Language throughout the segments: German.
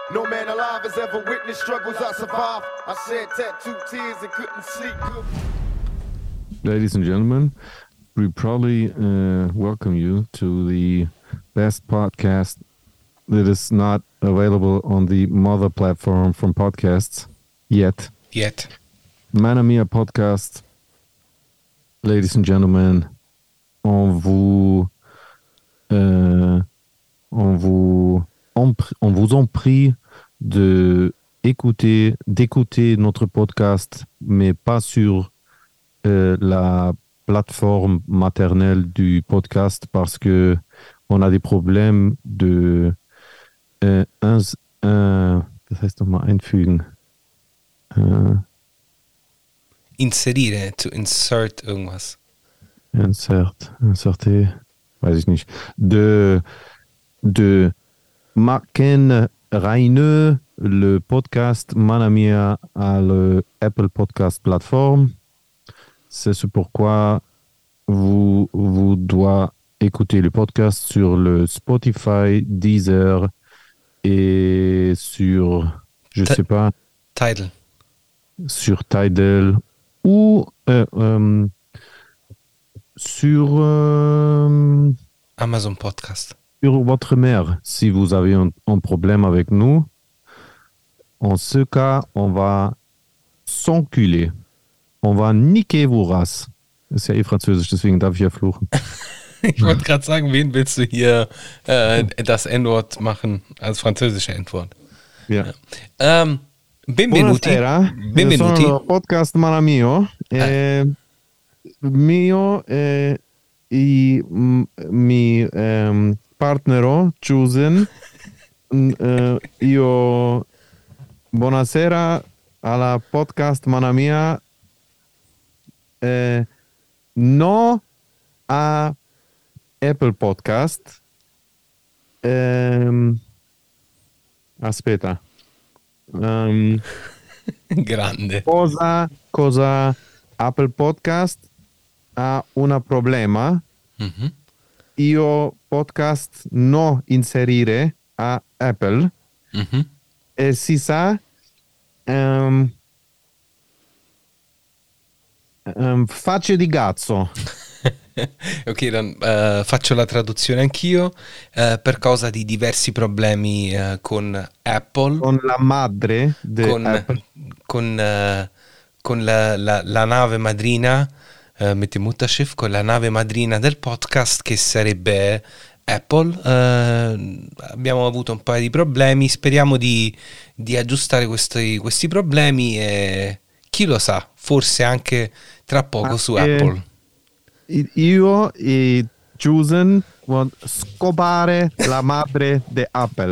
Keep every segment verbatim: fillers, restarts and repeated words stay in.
No man alive has ever witnessed struggles I survived. I shed tattooed tears and couldn't sleep. Ladies and gentlemen, we proudly uh, welcome you to the best podcast that is not available on the mother platform from podcasts yet. Yet. Manamia Podcast. Ladies and gentlemen, on vous, euh, on vous, on, on vous en prie de écouter, d'écouter notre podcast, mais pas sur euh, la plateforme maternelle du podcast parce que on a des problèmes de äh, un, äh, das heißt nochmal einfügen. Äh, Inserire, to insert irgendwas. insert, inserter, weiß ich nicht. De, de Marken Raineux, le podcast Manamia à le Apple Podcast plateforme. C'est ce pourquoi vous, vous doit écouter le podcast sur le Spotify, Deezer et sur, je Ta- sais pas, Title. sur Tidal ou euh, euh, sur, euh, Amazon Podcast. sur votre mère. Si vous avez un, un problème avec nous, en ce cas, on va s'enculer. On va niquer vos races. Das ist ja eh französisch, deswegen darf ich ja fluchen. Ich wollte gerade sagen, wen willst du hier äh, das N-Wort machen als französische N-Wort? Ja. Ähm, benvenuti. Buonasera, Benvenuti. sono podcast Manamio. Eh, mio eh, i m- mi ehm, partnero chosen n- eh, io buonasera alla podcast Manamia eh, no a Apple Podcast ehm, aspetta ehm, Grande. cosa, cosa Apple Podcast ha un problema. Mhm. Io podcast no inserire a Apple Mhm. e si sa ehm, ehm, facce di cazzo. Ok, dann eh, faccio la traduzione anch'io. Eh, per causa di diversi problemi eh, con Apple, Con la madre di con, Apple. con, eh, con la, la- la nave madrina, eh, mit dem Mutterschiff, con la nave madrina del podcast che sarebbe Apple. Eh, abbiamo avuto un paio di problemi, speriamo di, di aggiustare questi, questi problemi e chi lo sa, forse anche tra poco Ah, su eh, Apple. I- Io e chosen vuol scopare la madre di Apple.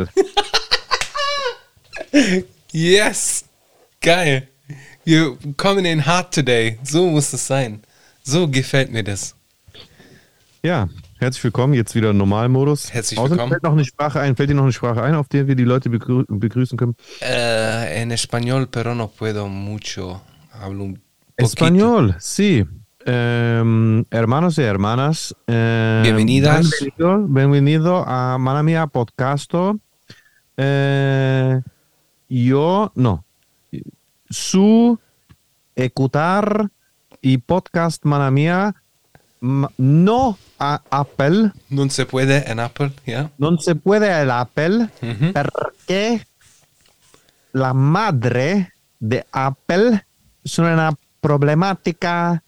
Yes! Geil! Wir kommen in hart today. So muss es sein. So gefällt mir das. Ja, herzlich willkommen. Jetzt wieder Normalmodus. Herzlich Außerdem willkommen. Fällt noch eine Sprache ein. Fällt dir noch eine Sprache ein, auf der wir die Leute begrü begrüßen können? Eh, en español, pero no puedo mucho. Hablo un poquito. Español, sí. Em, hermanos y hermanas. em, Bienvenidas. Bienvenido, bienvenido a Manamia Podcasto. Eh, yo, no. Su escuchar y podcast Manamia m- no a Apple. Non se puede en Apple, ¿ya? Non se puede el Apple Mhm. perché la madre de Apple es una problematica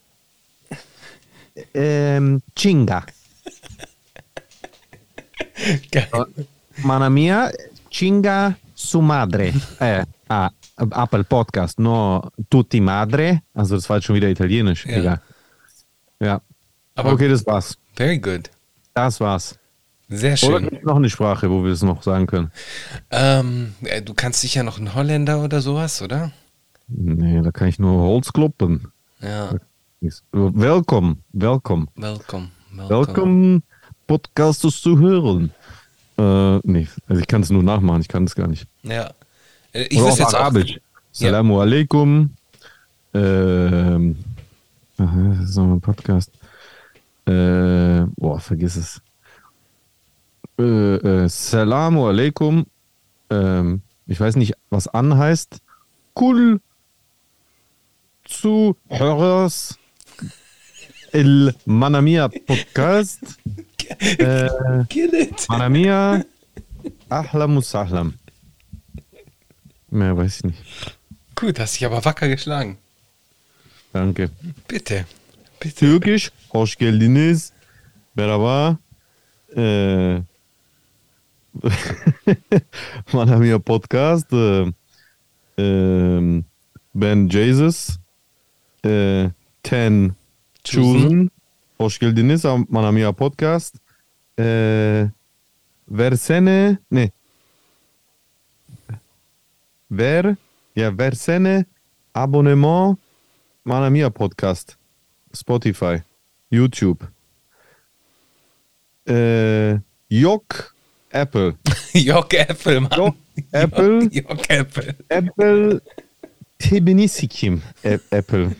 ehm, chinga. Geil. Mana mia, chinga su madre. Eh, ah, Apple Podcast, no tutti madre. Also das war jetzt schon wieder italienisch. Ja. Egal. Ja. Aber- okay, das war's. Very good. Das war's. Sehr Oder schön. gibt es noch eine Sprache, wo wir es noch sagen können? Ähm, äh, du kannst sicher noch einen Holländer oder sowas, oder? Nee, da kann ich nur Holz kloppen. Ja. Welkom, welkom. Welcome. Welkom, Podcasters zu hören. Äh, nee, also ich kann es nur nachmachen, ich kann es gar nicht. Ja. Äh, Ich Oder weiß auf jetzt auch. Arabisch. Salamu alaikum. Ähm, aha, das ist noch ein Podcast. Äh, boah, vergiss es. Äh, äh, Salamu alaikum ähm, ich weiß nicht, was an heißt. Cool Zuhörers El Manamia Podcast. Äh, Get it. Manamia Ahlam Musahlam. Mehr weiß ich nicht. Gut, hast dich aber wacker geschlagen. Danke. Bitte. Bitte. Türkisch, hoş geldiniz. Merhaba. Äh, Manamia Podcast. Äh, ähm, Ben Jesus. Äh, Ten Chosen. Hoş geldiniz. Manamia Podcast. Äh, Versene. Ne. Ver. Ja, Versene. Abonnement. Manamia Podcast. Spotify. YouTube. Äh, Yok Apple. Jok Apple, Mann. Yok Apple. Jok Apple. Apple. Tebini sikim. Ä- Apple.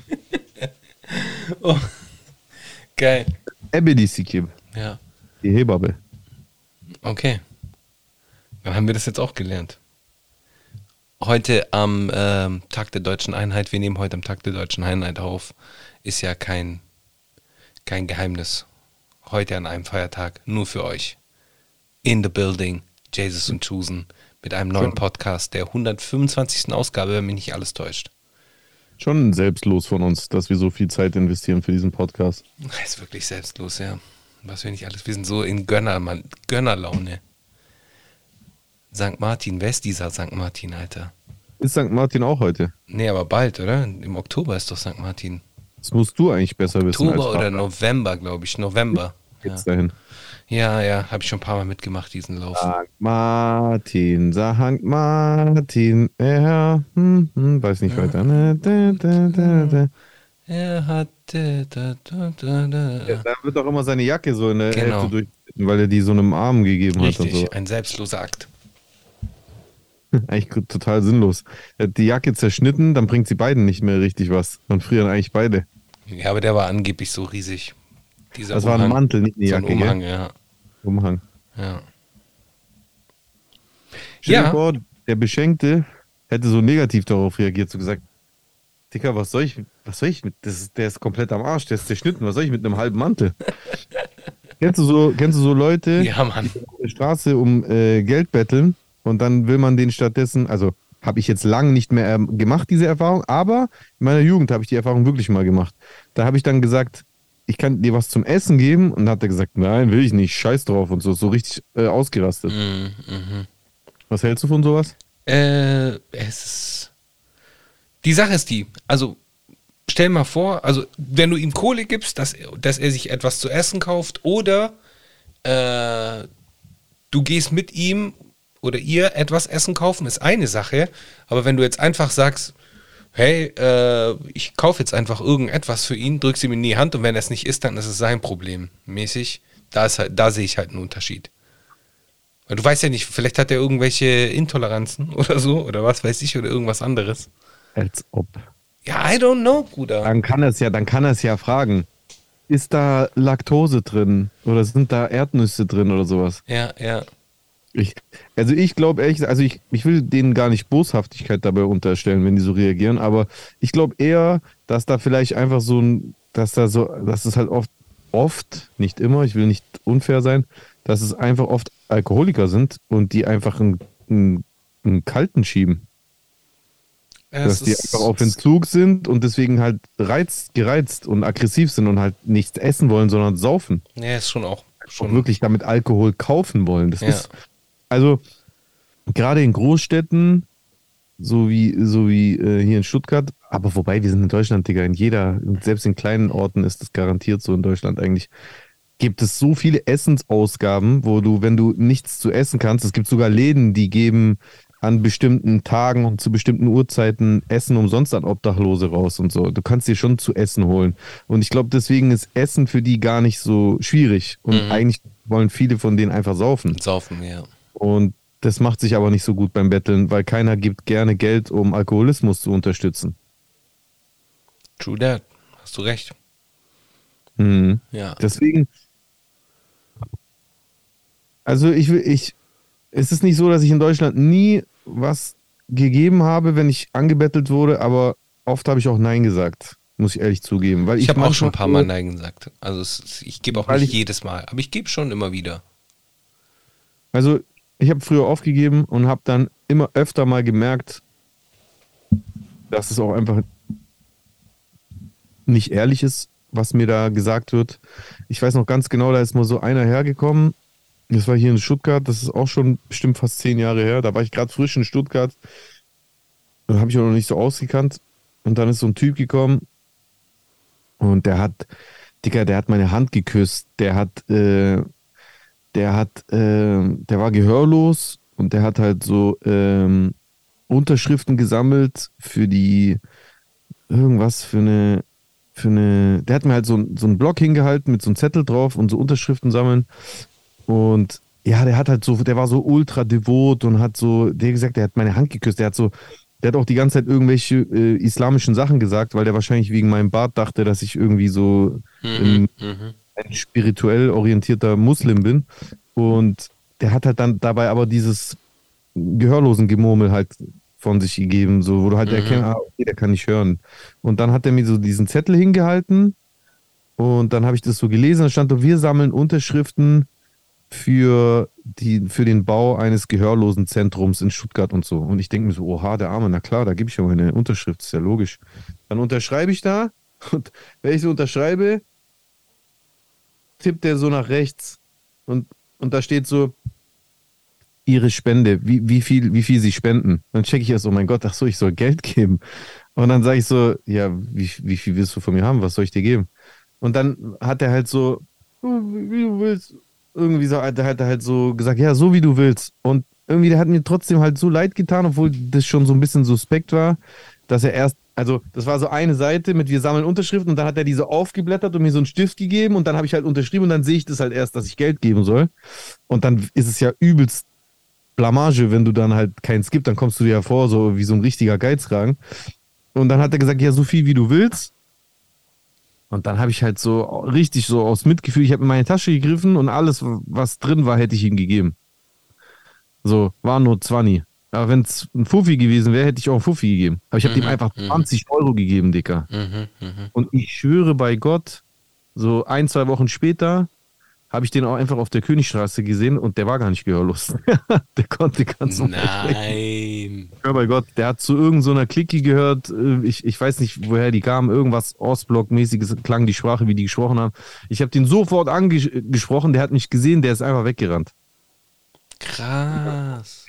Oh. Geil. Ebedi sikim. Ja. Die Hebabe. Okay. Dann haben wir das jetzt auch gelernt. Heute am ähm, Tag der Deutschen Einheit, wir nehmen heute am Tag der Deutschen Einheit auf, ist ja kein, kein Geheimnis. Heute an einem Feiertag, nur für euch. In the building, Jesus und Chusen, mit einem neuen Podcast, der hundertfünfundzwanzigsten Ausgabe, wenn mich nicht alles täuscht. Schon selbstlos von uns, dass wir so viel Zeit investieren für diesen Podcast. Das ist wirklich selbstlos, ja. Was wir nicht alles, wir sind so in Gönner, Mann, Gönnerlaune. Sankt Martin, wer ist dieser Sankt Martin, Alter? Ist Sankt Martin auch heute? Nee, aber bald, oder? Im Oktober ist doch Sankt Martin. Das musst du eigentlich besser wissen. Oktober als oder Vater. November, glaube ich. November. Ja, Geht's dahin. ja, ja habe ich schon ein paar Mal mitgemacht, diesen Lauf. Sankt Martin, Sankt Martin, er, hm, hm, weiß nicht weiter. Ne, da, da, da, da. Er hatte. Da, da, da, da. Ja, da wird auch immer seine Jacke so in der Genau. Hälfte durchgeschnitten, weil er die so einem Arm gegeben hat und Richtig, so. ein selbstloser Akt. Eigentlich total sinnlos. Er hat die Jacke zerschnitten, dann bringt sie beiden nicht mehr richtig was. Dann frieren eigentlich beide. Ja, aber der war angeblich so riesig. Dieser Das war ein Umhang. Mantel, nicht eine So ein Jacke, Umhang, gell? ja. Umhang. ja. Stell dir Ja. vor, der Beschenkte hätte so negativ darauf reagiert, so gesagt, Dicker, was soll ich, was soll ich mit, das ist, der ist komplett am Arsch, der ist zerschnitten, was soll ich mit einem halben Mantel? kennst du so, kennst du so Leute, Ja, Mann. die auf der Straße um äh, Geld betteln und dann will man den stattdessen, also habe ich jetzt lange nicht mehr ähm, gemacht, diese Erfahrung, aber in meiner Jugend habe ich die Erfahrung wirklich mal gemacht. Da habe ich dann gesagt, ich kann dir was zum Essen geben und dann hat er gesagt, nein, will ich nicht, scheiß drauf und so, so richtig äh, ausgerastet. Mhm, mhm. Was hältst du von sowas? Äh, es ist. Die Sache ist die, also stell mal vor, also wenn du ihm Kohle gibst, dass, dass er sich etwas zu essen kauft oder äh, du gehst mit ihm oder ihr etwas Essen kaufen, ist eine Sache, aber wenn du jetzt einfach sagst, hey, äh, ich kaufe jetzt einfach irgendetwas für ihn, drückst ihm in die Hand und wenn er es nicht isst, dann ist es sein Problem, mäßig, da, ist halt, da sehe ich halt einen Unterschied. Weil du weißt ja nicht, vielleicht hat er irgendwelche Intoleranzen oder so, oder was weiß ich, oder irgendwas anderes. Als ob. Ja, I don't know, Bruder. Dann kann er es ja, dann kann er es ja fragen. Ist da Laktose drin? Oder sind da Erdnüsse drin oder sowas? Ja, ja. Ich, also ich glaube ehrlich gesagt, also ich, ich will denen gar nicht Boshaftigkeit dabei unterstellen, wenn die so reagieren, aber ich glaube eher, dass da vielleicht einfach so ein, dass da so, dass es halt oft, oft, nicht immer, ich will nicht unfair sein, dass es einfach oft Alkoholiker sind und die einfach einen, einen, einen Kalten schieben. Es Dass die ist- einfach auf Entzug sind und deswegen halt reizt, gereizt und aggressiv sind und halt nichts essen wollen, sondern saufen. Ja, ist schon auch. Und Schon. wirklich damit Alkohol kaufen wollen. Das Ja. ist, also gerade in Großstädten, so wie, so wie äh, hier in Stuttgart, aber wobei wir sind in Deutschland, Digga, in jeder, selbst in kleinen Orten ist das garantiert so in Deutschland eigentlich, gibt es so viele Essensausgaben, wo du, wenn du nichts zu essen kannst, es gibt sogar Läden, die geben an bestimmten Tagen und zu bestimmten Uhrzeiten Essen umsonst an Obdachlose raus und so. Du kannst dir schon zu essen holen. Und ich glaube, deswegen ist Essen für die gar nicht so schwierig. Und Mhm. eigentlich wollen viele von denen einfach saufen. Saufen, ja. Und das macht sich aber nicht so gut beim Betteln, weil keiner gibt gerne Geld, um Alkoholismus zu unterstützen. True that. Hast du recht. Mhm. Ja. Deswegen, also ich will, ich, es ist nicht so, dass ich in Deutschland nie was gegeben habe, wenn ich angebettelt wurde, aber oft habe ich auch Nein gesagt, muss ich ehrlich zugeben. Weil Ich ich habe auch schon manchmal ein paar Mal Nein gesagt. Also es, ich gebe auch Weil nicht ich- jedes Mal, aber ich gebe schon immer wieder. Also ich habe früher aufgegeben und habe dann immer öfter mal gemerkt, dass es auch einfach nicht ehrlich ist, was mir da gesagt wird. Ich weiß noch ganz genau, da ist mal so einer hergekommen, das war hier in Stuttgart, das ist auch schon bestimmt fast zehn Jahre her, da war ich gerade frisch in Stuttgart, da habe ich auch noch nicht so ausgekannt und dann ist so ein Typ gekommen und der hat, Digga, der hat meine Hand geküsst, der hat, äh, der hat, äh, der war gehörlos und der hat halt so ähm, Unterschriften gesammelt für die, irgendwas für eine, für eine, der hat mir halt so, ein- so einen Block hingehalten mit so einem Zettel drauf und so Unterschriften sammeln und ja, der hat halt so, der war so ultra devot und hat so, der hat gesagt, der hat meine Hand geküsst, der hat so, der hat auch die ganze Zeit irgendwelche äh, islamischen Sachen gesagt, weil der wahrscheinlich wegen meinem Bart dachte, dass ich irgendwie so Mhm, mhm. ein spirituell orientierter Muslim bin. Und der hat halt dann dabei aber dieses Gehörlosengemurmel halt von sich gegeben, so, wo du halt Mhm. erkennst, ah, okay, der kann nicht hören. Und dann hat er mir so diesen Zettel hingehalten und dann habe ich das so gelesen, da stand, so, wir sammeln Unterschriften für, die, für den Bau eines Gehörlosenzentrums in Stuttgart und so. Und ich denke mir so, oha, der Arme, na klar, da gebe ich ja meine Unterschrift, ist ja logisch. Dann unterschreibe ich da und wenn ich so unterschreibe, tippt der so nach rechts und, und da steht so, ihre Spende, wie, wie viel, wie viel sie spenden. Dann checke ich erst, oh mein Gott, ach so, ich soll Geld geben. Und dann sage ich so, ja, wie, wie viel willst du von mir haben? Was soll ich dir geben? Und dann hat er halt so, "Oh, wie wie du willst. Irgendwie so, hat er hat er halt so gesagt, ja, so wie du willst. Und irgendwie, der hat mir trotzdem halt so leid getan, obwohl das schon so ein bisschen suspekt war, dass er erst, also das war so eine Seite mit wir sammeln Unterschriften und dann hat er diese aufgeblättert und mir so einen Stift gegeben und dann habe ich halt unterschrieben und dann sehe ich das halt erst, dass ich Geld geben soll. Und dann ist es ja übelst Blamage, wenn du dann halt keins gibt, dann kommst du dir ja vor, so wie so ein richtiger Geizkragen. Und dann hat er gesagt, ja, so viel wie du willst. Und dann habe ich halt so richtig so aus Mitgefühl, ich habe in meine Tasche gegriffen und alles, was drin war, hätte ich ihm gegeben. So, war nur zwanzig. Aber wenn es ein Fuffi gewesen wäre, hätte ich auch einen Fuffi gegeben. Aber ich habe Mhm, ihm einfach mhm. zwanzig Euro gegeben, Dicker. Mhm, mhm. Und ich schwöre bei Gott, so ein, zwei Wochen später habe ich den auch einfach auf der Königstraße gesehen und der war gar nicht gehörlos. Der konnte ganz normal sprechen. Nein. Ja, bei Gott, der hat zu irgendeiner so einer Clique gehört. äh, Ich, ich weiß nicht, woher die kamen. Irgendwas Ostblock-mäßiges klang die Sprache, wie die gesprochen haben. Ich habe den sofort angesprochen, der hat mich gesehen, der ist einfach weggerannt. Krass.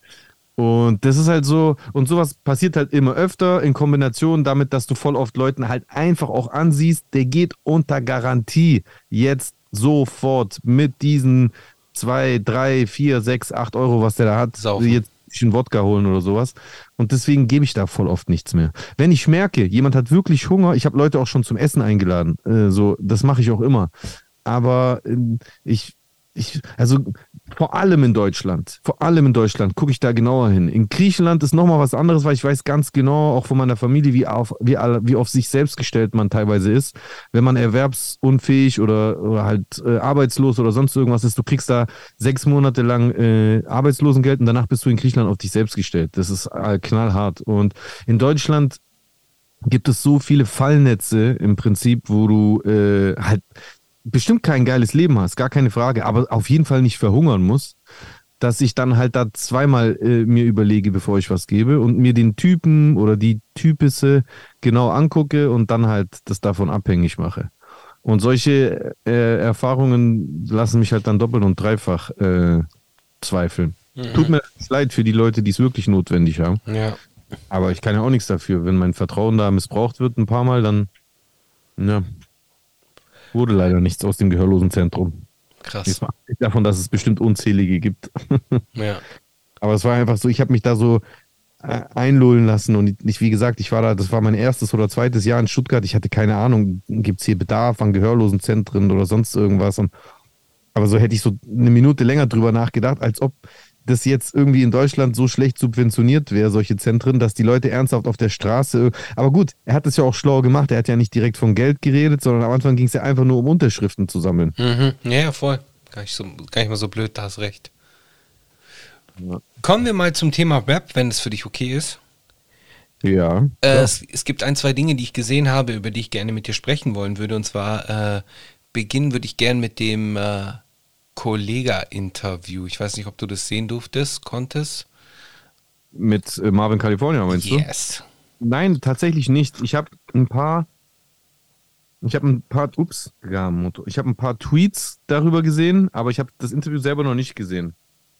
Und das ist halt so, und sowas passiert halt immer öfter in Kombination damit, dass du voll oft Leuten halt einfach auch ansiehst, der geht unter Garantie jetzt sofort mit diesen zwei, drei, vier, sechs, acht Euro, was der da hat, Saufen. jetzt ein bisschen Wodka holen oder sowas. Und deswegen gebe ich da voll oft nichts mehr. Wenn ich merke, jemand hat wirklich Hunger, ich habe Leute auch schon zum Essen eingeladen, äh, so, das mache ich auch immer. Aber ähm, ich, ich, also vor allem in Deutschland, vor allem in Deutschland gucke ich da genauer hin. In Griechenland ist nochmal was anderes, weil ich weiß ganz genau, auch von meiner Familie, wie auf, wie, all- wie auf sich selbst gestellt man teilweise ist. Wenn man erwerbsunfähig oder, oder halt äh, arbeitslos oder sonst irgendwas ist, du kriegst da sechs Monate lang äh, Arbeitslosengeld und danach bist du in Griechenland auf dich selbst gestellt. Das ist äh, knallhart. Und in Deutschland gibt es so viele Fallnetze im Prinzip, wo du äh, halt bestimmt kein geiles Leben hast, gar keine Frage, aber auf jeden Fall nicht verhungern musst, dass ich dann halt da zweimal äh, mir überlege, bevor ich was gebe und mir den Typen oder die Typisse genau angucke und dann halt das davon abhängig mache. Und solche äh, Erfahrungen lassen mich halt dann doppelt und dreifach äh, zweifeln. Mhm. Tut mir leid für die Leute, die es wirklich notwendig haben. Ja. Aber ich kann ja auch nichts dafür. Wenn mein Vertrauen da missbraucht wird ein paar Mal, dann ja, wurde leider nichts aus dem Gehörlosenzentrum. Krass. Jetzt mal abgesehen davon, dass es bestimmt unzählige gibt. Ja. Aber es war einfach so, ich habe mich da so äh, einlullen lassen und ich, wie gesagt, ich war da, das war mein erstes oder zweites Jahr in Stuttgart. Ich hatte keine Ahnung, gibt es hier Bedarf an Gehörlosenzentren oder sonst irgendwas. Und, aber so hätte ich so eine Minute länger drüber nachgedacht, als ob das jetzt irgendwie in Deutschland so schlecht subventioniert wäre, solche Zentren, dass die Leute ernsthaft auf der Straße. Aber gut, er hat es ja auch schlau gemacht. Er hat ja nicht direkt von Geld geredet, sondern am Anfang ging es ja einfach nur um Unterschriften zu sammeln. Mhm. Ja, ja, voll. Gar nicht, so, gar nicht mal so blöd, da hast recht. Ja. Kommen wir mal zum Thema Rap, wenn es für dich okay ist. Ja. Äh, ja. es, es gibt ein, zwei Dinge, die ich gesehen habe, über die ich gerne mit dir sprechen wollen würde. Und zwar äh, beginnen würde ich gern mit dem äh, Kollega-Interview. Ich weiß nicht, ob du das sehen durftest, konntest. Mit äh, Marvin California, meinst Yes. du? Nein, tatsächlich nicht. Ich habe ein paar, ich habe ein paar, ups, ja, Moto. Ich habe ein paar Tweets darüber gesehen, aber ich habe das Interview selber noch nicht gesehen.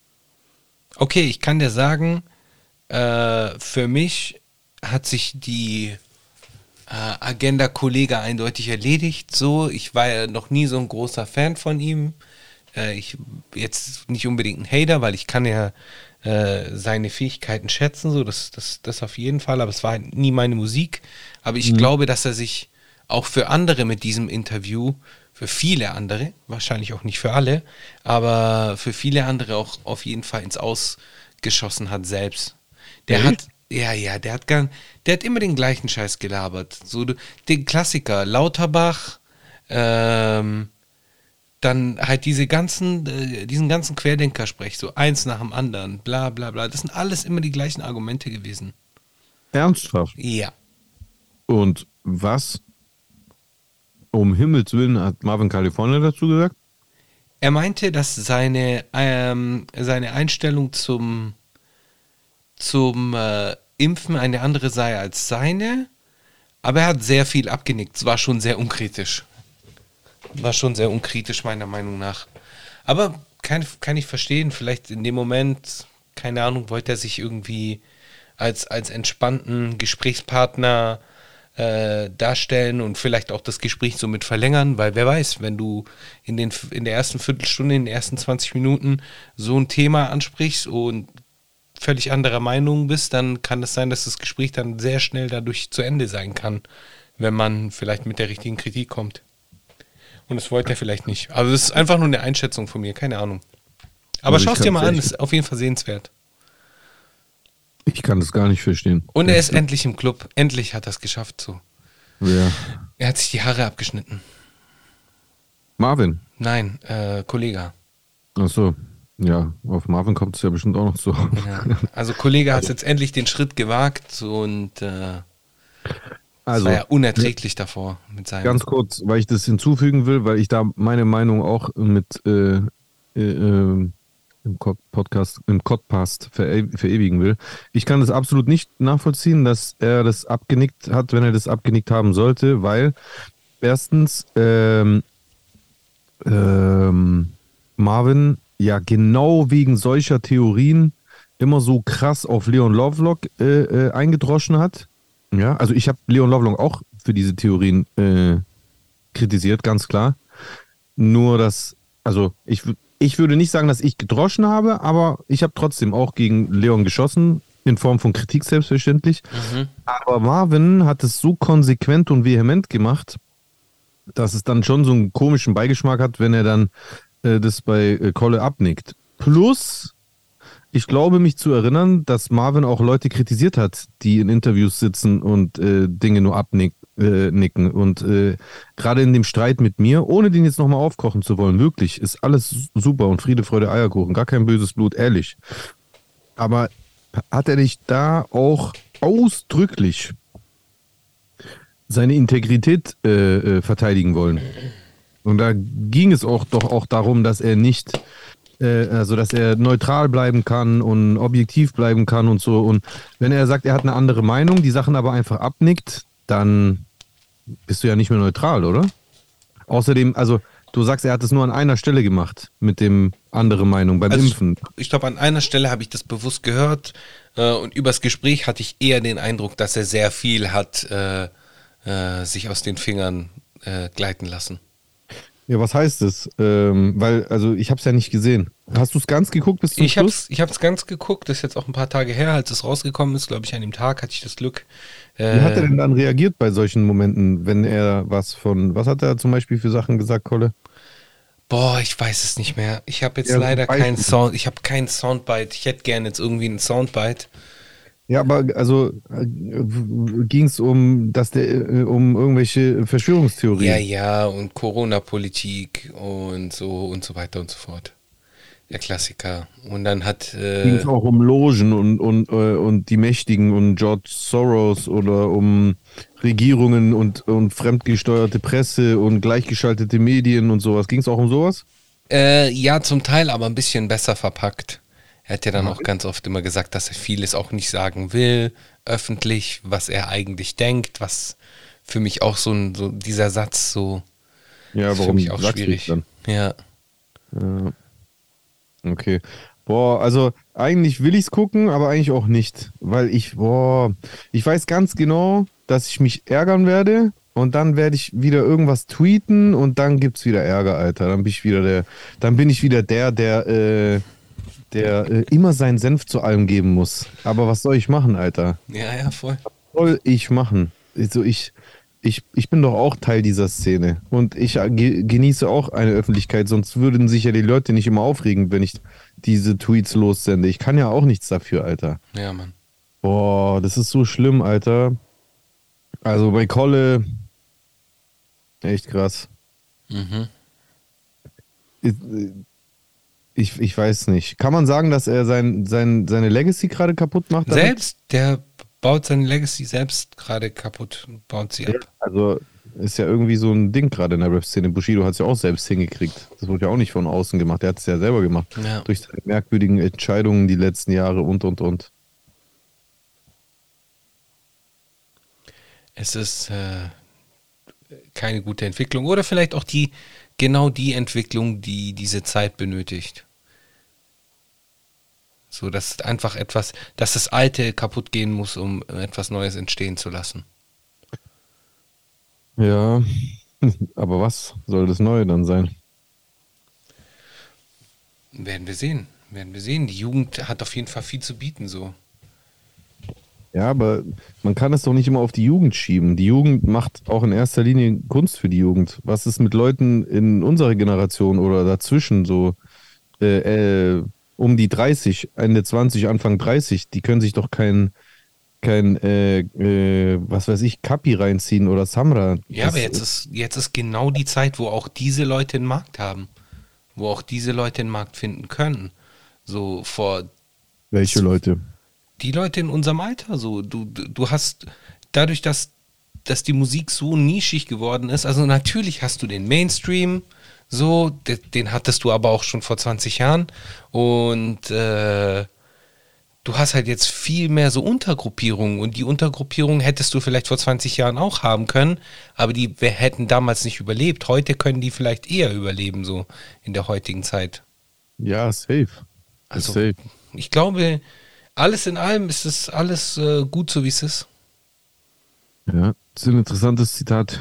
Okay, ich kann dir sagen, äh, für mich hat sich die äh, Agenda Kollega eindeutig erledigt. So, ich war ja noch nie so ein großer Fan von ihm. Äh, ich jetzt nicht unbedingt ein Hater, weil ich kann ja äh, seine Fähigkeiten schätzen, so das, das, das auf jeden Fall. Aber es war halt nie meine Musik. Aber ich Mhm. glaube, dass er sich auch für andere mit diesem Interview, für viele andere, wahrscheinlich auch nicht für alle, aber für viele andere auch auf jeden Fall ins Aus geschossen hat selbst. Der Ehrlich? hat, ja, ja, der hat gern, der hat immer den gleichen Scheiß gelabert. So du- den Klassiker, Lauterbach, ähm, dann halt diese ganzen, äh, diesen ganzen Querdenker-Sprech, so eins nach dem anderen, bla bla bla. Das sind alles immer die gleichen Argumente gewesen. Ernsthaft? Ja. Und was um Himmels Willen hat Marvin California dazu gesagt? Er meinte, dass seine, ähm, seine Einstellung zum, zum äh, Impfen eine andere sei als seine, aber er hat sehr viel abgenickt. Es war schon sehr unkritisch. War schon sehr unkritisch, meiner Meinung nach. Aber kann, kann ich verstehen, vielleicht in dem Moment, keine Ahnung, wollte er sich irgendwie als, als entspannten Gesprächspartner äh, darstellen und vielleicht auch das Gespräch somit verlängern, weil wer weiß, wenn du in, den, in der ersten Viertelstunde, in den ersten zwanzig Minuten so ein Thema ansprichst und völlig anderer Meinung bist, dann kann es sein, dass das Gespräch dann sehr schnell dadurch zu Ende sein kann, wenn man vielleicht mit der richtigen Kritik kommt. Und das wollte er vielleicht nicht. Also das ist einfach nur eine Einschätzung von mir, keine Ahnung. Aber Also ich schau es dir kann's mal an, echt- ist auf jeden Fall sehenswert. Ich kann das gar nicht verstehen. Und er ist endlich im Club. Endlich hat er es geschafft. So. Ja. Er hat sich die Haare abgeschnitten. Marvin. Nein, äh, Kollege. Ach so. Ja, auf Marvin kommt es ja bestimmt auch noch zu. Ja. Also Kollege hat jetzt endlich den Schritt gewagt und äh, Also, es war ja unerträglich davor mit seinem. ganz kurz, weil ich das hinzufügen will, weil ich da meine Meinung auch mit äh, äh, äh, im Cod- Podcast, im Podcast vere verewigen will. Ich kann das absolut nicht nachvollziehen, dass er das abgenickt hat, wenn er das abgenickt haben sollte, weil erstens ähm, ähm, Marvin ja genau wegen solcher Theorien immer so krass auf Leon Lovelock äh, äh, eingedroschen hat. Ja, also ich habe Leon Lovelock auch für diese Theorien äh, kritisiert, ganz klar. Nur dass, also ich, w- ich würde nicht sagen, dass ich gedroschen habe, aber ich habe trotzdem auch gegen Leon geschossen, in Form von Kritik selbstverständlich. Mhm. Aber Marvin hat es so konsequent und vehement gemacht, dass es dann schon so einen komischen Beigeschmack hat, wenn er dann äh, das bei äh, Kolle abnickt. Plus, ich glaube mich zu erinnern, dass Marvin auch Leute kritisiert hat, die in Interviews sitzen und äh, Dinge nur abnicken. Äh, nicken. Und äh, gerade in dem Streit mit mir, ohne den jetzt nochmal aufkochen zu wollen, wirklich, ist alles super und Friede, Freude, Eierkuchen, gar kein böses Blut, ehrlich. Aber hat er nicht da auch ausdrücklich seine Integrität äh, äh, verteidigen wollen? Und da ging es auch doch auch darum, dass er nicht, äh, also dass er neutral bleiben kann und objektiv bleiben kann und so. Und wenn er sagt, er hat eine andere Meinung, die Sachen aber einfach abnickt, dann bist du ja nicht mehr neutral, oder? Außerdem, also du sagst, er hat es nur an einer Stelle gemacht mit dem andere Meinung beim Also ich- Impfen. Ich glaube, an einer Stelle habe ich das bewusst gehört äh, und übers Gespräch hatte ich eher den Eindruck, dass er sehr viel hat äh, äh, sich aus den Fingern äh, gleiten lassen. Ja, was heißt es? Ähm, weil, also ich habe es ja nicht gesehen. Hast du es ganz geguckt bis zum Ich habe Schluss? es ich hab's ganz geguckt, das ist jetzt auch ein paar Tage her, als es rausgekommen ist, glaube ich, an dem Tag hatte ich das Glück. Wie hat er Äh, denn dann reagiert bei solchen Momenten, wenn er was von, was hat er zum Beispiel für Sachen gesagt, Kolle? boah, ich weiß es nicht mehr. Ich habe jetzt Ja, so leider Beispiel. keinen Sound, ich habe keinen Soundbite. Ich hätte gerne jetzt irgendwie einen Soundbite. Ja, aber also ging es um, dass der, äh, um irgendwelche Verschwörungstheorien? Ja, ja, und Corona-Politik und so und so weiter und so fort. Der Klassiker. Und dann hat... Äh, Ging es auch um Logen und, und, äh, und die Mächtigen und George Soros oder um Regierungen und, und fremdgesteuerte Presse und gleichgeschaltete Medien und sowas. Ging es auch um sowas? Äh, ja, zum Teil, aber ein bisschen besser verpackt. Er hat ja dann auch ganz oft immer gesagt, dass er vieles auch nicht sagen will, öffentlich, was er eigentlich denkt, was für mich auch so ein, so dieser Satz so, Ja, ist für warum mich auch sagst du schwierig. das dann? Ja, Ja. Okay. Boah, also eigentlich will ich es gucken, aber eigentlich auch nicht. Weil ich, boah, ich weiß ganz genau, dass ich mich ärgern werde und dann werde ich wieder irgendwas tweeten und dann gibt's wieder Ärger, Alter. Dann bin ich wieder der, dann bin ich wieder der, der, äh, der äh, immer seinen Senf zu allem geben muss. Aber was soll ich machen, Alter? ja, ja, voll. Was soll ich machen? Also ich, ich, ich bin doch auch Teil dieser Szene und ich äh, ge genieße auch eine Öffentlichkeit, sonst würden sich ja die Leute nicht immer aufregen, wenn ich diese Tweets lossende. Ich kann ja auch nichts dafür, Alter. Ja, Mann. Boah, das ist so schlimm, Alter. Also bei Kolle, echt krass. Mhm. Ich, ich, ich weiß nicht. Kann man sagen, dass er sein, sein, seine Legacy gerade kaputt macht? damit? Selbst, der baut seine Legacy selbst gerade kaputt, baut sie ab. Also ist ja irgendwie so ein Ding gerade in der Rap-Szene. Bushido hat es ja auch selbst hingekriegt. Das wurde ja auch nicht von außen gemacht. Er hat es ja selber gemacht. Ja. Durch seine merkwürdigen Entscheidungen die letzten Jahre und, und, und. Es ist äh, keine gute Entwicklung oder vielleicht auch die genau die Entwicklung, die diese Zeit benötigt. So, dass einfach etwas, dass das Alte kaputt gehen muss, um etwas Neues entstehen zu lassen. Ja, aber was soll das Neue dann sein? Werden wir sehen. Werden wir sehen. Die Jugend hat auf jeden Fall viel zu bieten, so. Ja, aber man kann es doch nicht immer auf die Jugend schieben. Die Jugend macht auch in erster Linie Kunst für die Jugend. Was ist mit Leuten in unserer Generation oder dazwischen so äh, äh, um die dreißig, Ende zwanzig, Anfang dreißig? Die können sich doch kein, kein äh, äh, was weiß ich, Kapi reinziehen oder Samra. Ja, Das- aber jetzt ist, jetzt ist genau die Zeit, wo auch diese Leute einen Markt haben. Wo auch diese Leute einen Markt finden können. So vor Welche Leute? die Leute in unserem Alter, so, du, du du hast, dadurch, dass, dass die Musik so nischig geworden ist, also natürlich hast du den Mainstream, so, de, den hattest du aber auch schon vor zwanzig Jahren und äh, du hast halt jetzt viel mehr so Untergruppierungen und die Untergruppierungen hättest du vielleicht vor zwanzig Jahren auch haben können, aber die wir hätten damals nicht überlebt. Heute können die vielleicht eher überleben, so in der heutigen Zeit. Ja, safe. Also, safe. ich glaube, alles in allem ist es alles äh, gut, so wie es ist. Ja, das ist ein interessantes Zitat.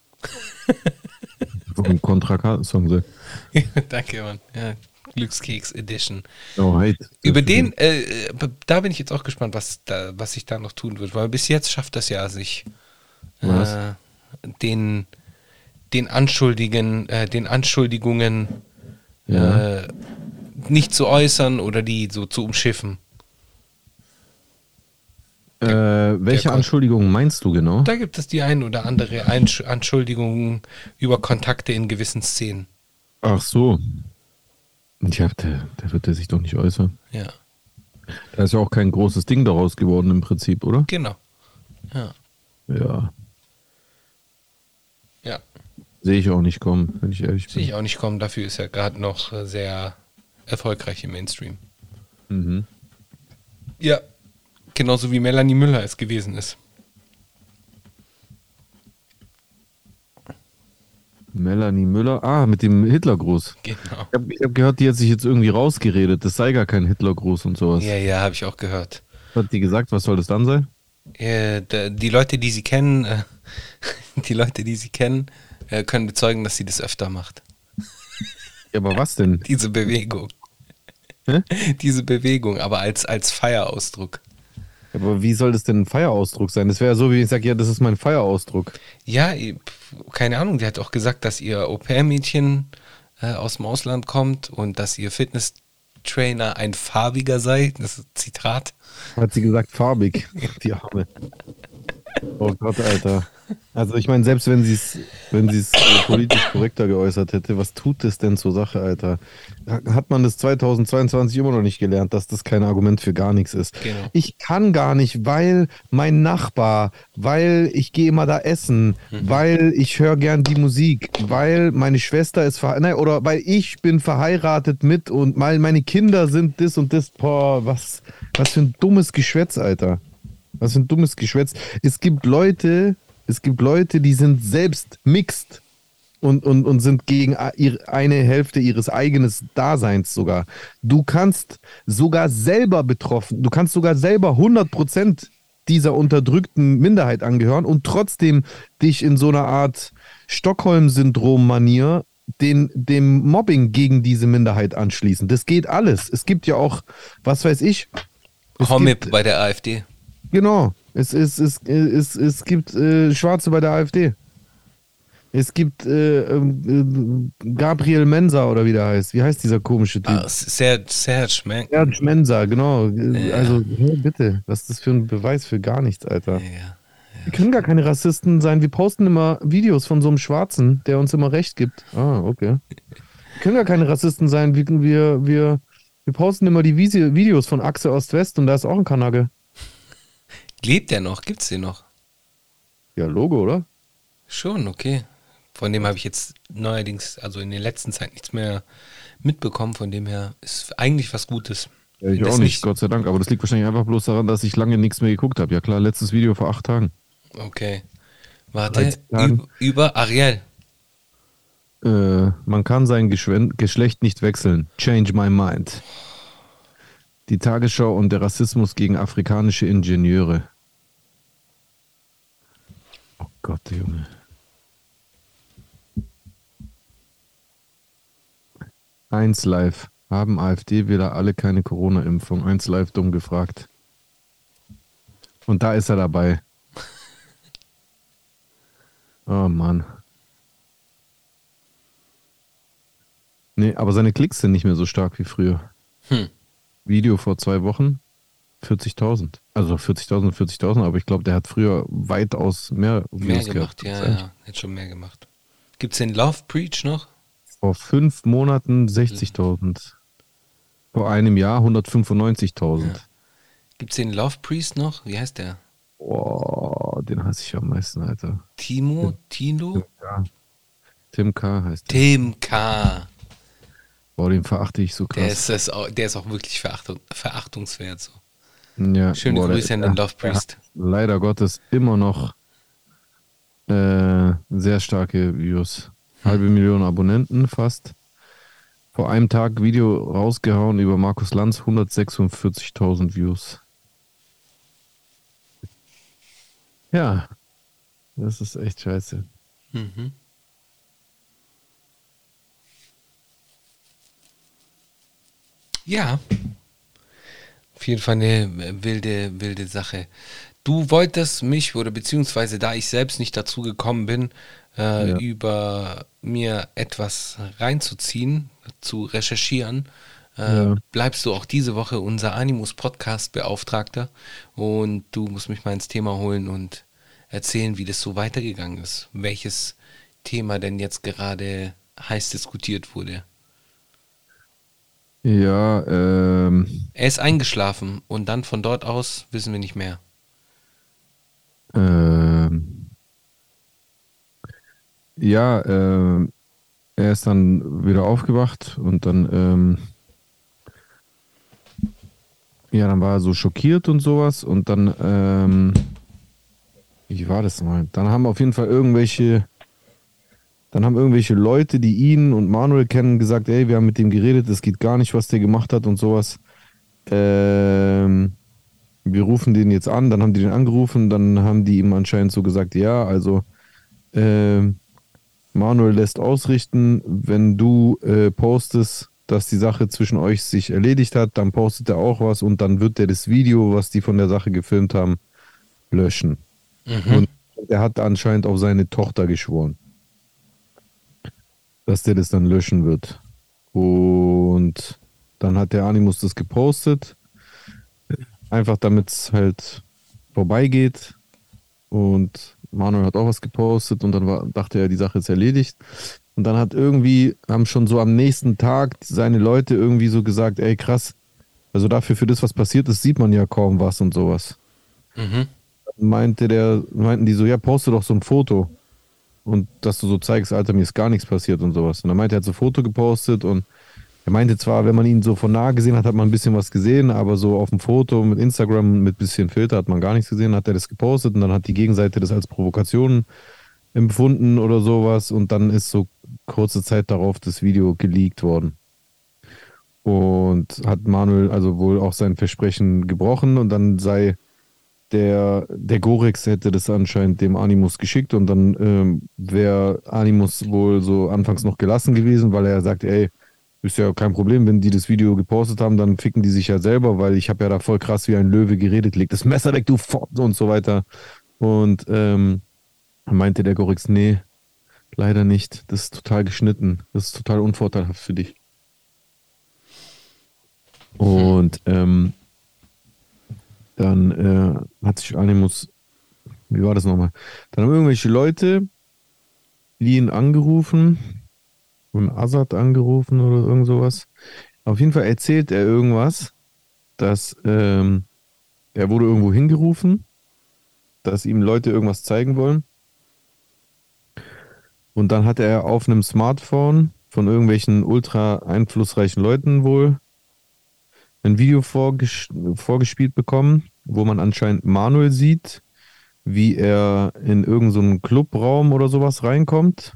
Vom Contra-K-Song. Danke, Mann. Ja, Glückskeks Edition. Oh, hey. Über den, äh, äh, da bin ich jetzt auch gespannt, was, da, was sich da noch tun wird, weil bis jetzt schafft das ja sich Was? äh, den, den Anschuldigen, äh, den Anschuldigungen Ja. äh, nicht zu äußern oder die so zu umschiffen. Äh, welche der Kon- Anschuldigungen meinst du genau? Da gibt es die ein oder andere Einsch- Anschuldigung über Kontakte in gewissen Szenen. Ach so. Ja, der, der wird der sich doch nicht äußern. Ja, Da ist ja auch kein großes Ding daraus geworden im Prinzip, oder? genau. Ja, Ja. ja. Sehe ich auch nicht kommen, wenn ich ehrlich Sehe bin. ich auch nicht kommen. Dafür ist er gerade noch äh, sehr erfolgreich im Mainstream. Mhm. Ja. Genauso wie Melanie Müller es gewesen ist. Melanie Müller. Ah, mit dem Hitlergruß. Genau. Ich habe hab gehört, die hat sich jetzt irgendwie rausgeredet. Das sei gar kein Hitlergruß und sowas. Ja, ja, habe ich auch gehört. Hat die gesagt, was soll das dann sein? Äh, da- die Leute, die sie kennen, äh, die Leute, die sie kennen, äh, können bezeugen, dass sie das öfter macht. Ja, aber was denn? Diese Bewegung. Hä? Diese Bewegung, aber als, als Feierausdruck. Aber wie soll das denn ein Feierausdruck sein? Das wäre ja so, wie ich sage, ja, das ist mein Feierausdruck. Ja, eh, pf, keine Ahnung, die hat auch gesagt, dass ihr Au-pair-Mädchen äh, aus dem Ausland kommt und dass ihr Fitnesstrainer ein farbiger sei. Das ist Zitat. Hat sie gesagt, farbig. Die Arme. Oh Gott, Alter. Also ich meine, selbst wenn sie es wenn sie es äh, politisch korrekter geäußert hätte, was tut es denn zur Sache, Alter? Ha- Hat man das zweitausendzweiundzwanzig immer noch nicht gelernt, dass das kein Argument für gar nichts ist? Genau. Ich kann gar nicht, weil mein Nachbar, weil ich gehe immer da essen, weil ich höre gern die Musik, weil meine Schwester ist verheiratet, oder weil ich bin verheiratet mit und weil meine Kinder sind das und das. Boah, was, was für ein dummes Geschwätz, Alter. Was für ein dummes Geschwätz. Es gibt Leute, es gibt Leute, die sind selbst mixed und, und, und sind gegen a- ihre- eine Hälfte ihres eigenen Daseins sogar. Du kannst sogar selber betroffen, du kannst sogar selber hundert Prozent dieser unterdrückten Minderheit angehören und trotzdem dich in so einer Art Stockholm-Syndrom-Manier den, dem Mobbing gegen diese Minderheit anschließen. Das geht alles. Es gibt ja auch, was weiß ich, es Homip gibt, bei der AfD. genau, es, es, es, es, es gibt äh, Schwarze bei der AfD. Es gibt äh, ähm, äh, Gabriel Mensa oder wie der heißt. Wie heißt dieser komische Typ? Ah, Serge, Serge, man. Serge Mensa, genau. Äh, Ja. Also, hä, bitte, was ist das für ein Beweis für gar nichts, Alter? Ja. Wir können gar keine Rassisten sein. Wir posten immer Videos von so einem Schwarzen, der uns immer recht gibt. Ah, okay. Wir können gar keine Rassisten sein. Wir, wir, wir, wir posten immer die Visi- Videos von Achse Ost-West und da ist auch ein Kanake. Lebt der noch? Gibt's den noch? Ja, Logo, oder? Schon, okay. Von dem habe ich jetzt neuerdings, also in der letzten Zeit nichts mehr mitbekommen. Von dem her ist eigentlich was Gutes. Ja, ich Das auch nicht, Gott sei Dank. Aber das liegt wahrscheinlich einfach bloß daran, dass ich lange nichts mehr geguckt habe. Ja klar, letztes Video vor acht Tagen. Okay. Warte, dreizehn Tagen. über, über Ariel. Äh, man kann sein Geschwen Geschlecht nicht wechseln. Change my mind. Die Tagesschau und der Rassismus gegen afrikanische Ingenieure. Oh Gott, Junge. eins Live. Haben AfD-Wähler alle keine Corona-Impfung? eins Live dumm gefragt. Und da ist er dabei. Oh Mann. Nee, aber seine Klicks sind nicht mehr so stark wie früher. Hm. Video vor zwei Wochen, vierzigtausend. Also vierzigtausend, vierzigtausend, aber ich glaube, der hat früher weitaus mehr Mehr Views gemacht, gehabt. ja, ja. Hat schon mehr gemacht. Gibt's den Love Preach noch? Vor fünf Monaten sechzigtausend. Vor einem Jahr hundertfünfundneunzigtausend. Gibt's den Love Priest noch? Wie heißt der? Boah, den hasse ich am meisten, Alter. Timo? Tino? Ja. Tim K. heißt der. Tim K. Boah, den verachte ich so krass. Der ist, das auch, der ist auch wirklich verachtung, verachtungswert. So. Ja, Schöne boah, der- Grüße an den Love der Priest. hat leider Gottes immer noch äh, sehr starke Views. Halbe Million Abonnenten fast. Vor einem Tag Video rausgehauen über Markus Lanz, hundertsechsundvierzigtausend Views. Ja, das ist echt scheiße. Mhm. Ja. Auf jeden Fall eine wilde, wilde Sache. Du wolltest mich, oder beziehungsweise da ich selbst nicht dazu gekommen bin, äh, Ja. über mir etwas reinzuziehen, zu recherchieren, äh, Ja. bleibst du auch diese Woche unser Animus-Podcast-Beauftragter und du musst mich mal ins Thema holen und erzählen, wie das so weitergegangen ist. Welches Thema denn jetzt gerade heiß diskutiert wurde. Ja, ähm, Er ist eingeschlafen und dann von dort aus wissen wir nicht mehr. ähm, ja, ähm, er ist dann wieder aufgewacht und dann, ähm, ja, dann war er so schockiert und sowas und dann, ähm, wie war das mal? Dann haben auf jeden Fall irgendwelche, dann haben irgendwelche Leute, die ihn und Manuel kennen, gesagt, ey, wir haben mit dem geredet, das geht gar nicht, was der gemacht hat und sowas. Ähm, wir rufen den jetzt an, dann haben die den angerufen, dann haben die ihm anscheinend so gesagt, ja, also ähm, Manuel lässt ausrichten, wenn du äh, postest, dass die Sache zwischen euch sich erledigt hat, dann postet er auch was und dann wird er das Video, was die von der Sache gefilmt haben, löschen. Und er hat anscheinend auf seine Tochter geschworen, dass der das dann löschen wird. Und dann hat der Animus das gepostet, einfach damit es halt vorbeigeht. Und Manuel hat auch was gepostet und dann war, dachte er, die Sache ist erledigt. Und dann hat irgendwie, haben schon so am nächsten Tag seine Leute irgendwie so gesagt, ey krass, also dafür, für das, was passiert ist, sieht man ja kaum was und sowas. Mhm. Meinte der, meinten die so, ja, poste doch so ein Foto. Und dass du so zeigst, Alter, mir ist gar nichts passiert und sowas. Und dann meinte er, er hat so ein Foto gepostet und er meinte zwar, wenn man ihn so von nah gesehen hat, hat man ein bisschen was gesehen, aber so auf dem Foto mit Instagram mit bisschen Filter hat man gar nichts gesehen, hat er das gepostet und dann hat die Gegenseite das als Provokation empfunden oder sowas und dann ist so kurze Zeit darauf das Video geleakt worden. Und hat Manuel also wohl auch sein Versprechen gebrochen und dann sei der, der Gorex hätte das anscheinend dem Animus geschickt und dann ähm, wäre Animus wohl so anfangs noch gelassen gewesen, weil er sagt, ey, ist ja kein Problem, wenn die das Video gepostet haben, dann ficken die sich ja selber, weil ich habe ja da voll krass wie ein Löwe geredet, leg das Messer weg, du Fott und so weiter. Und ähm, meinte der Gorex, nee, leider nicht, das ist total geschnitten, das ist total unvorteilhaft für dich. Und ähm, dann äh, hat sich Animus, wie war das nochmal? Dann haben irgendwelche Leute ihn angerufen und Azad angerufen oder irgend sowas. Auf jeden Fall erzählt er irgendwas, dass ähm, er wurde irgendwo hingerufen, dass ihm Leute irgendwas zeigen wollen. Und dann hat er auf einem Smartphone von irgendwelchen ultra einflussreichen Leuten wohl ein Video vorges- vorgespielt bekommen, wo man anscheinend Manuel sieht, wie er in irgendeinen so einen Clubraum oder sowas reinkommt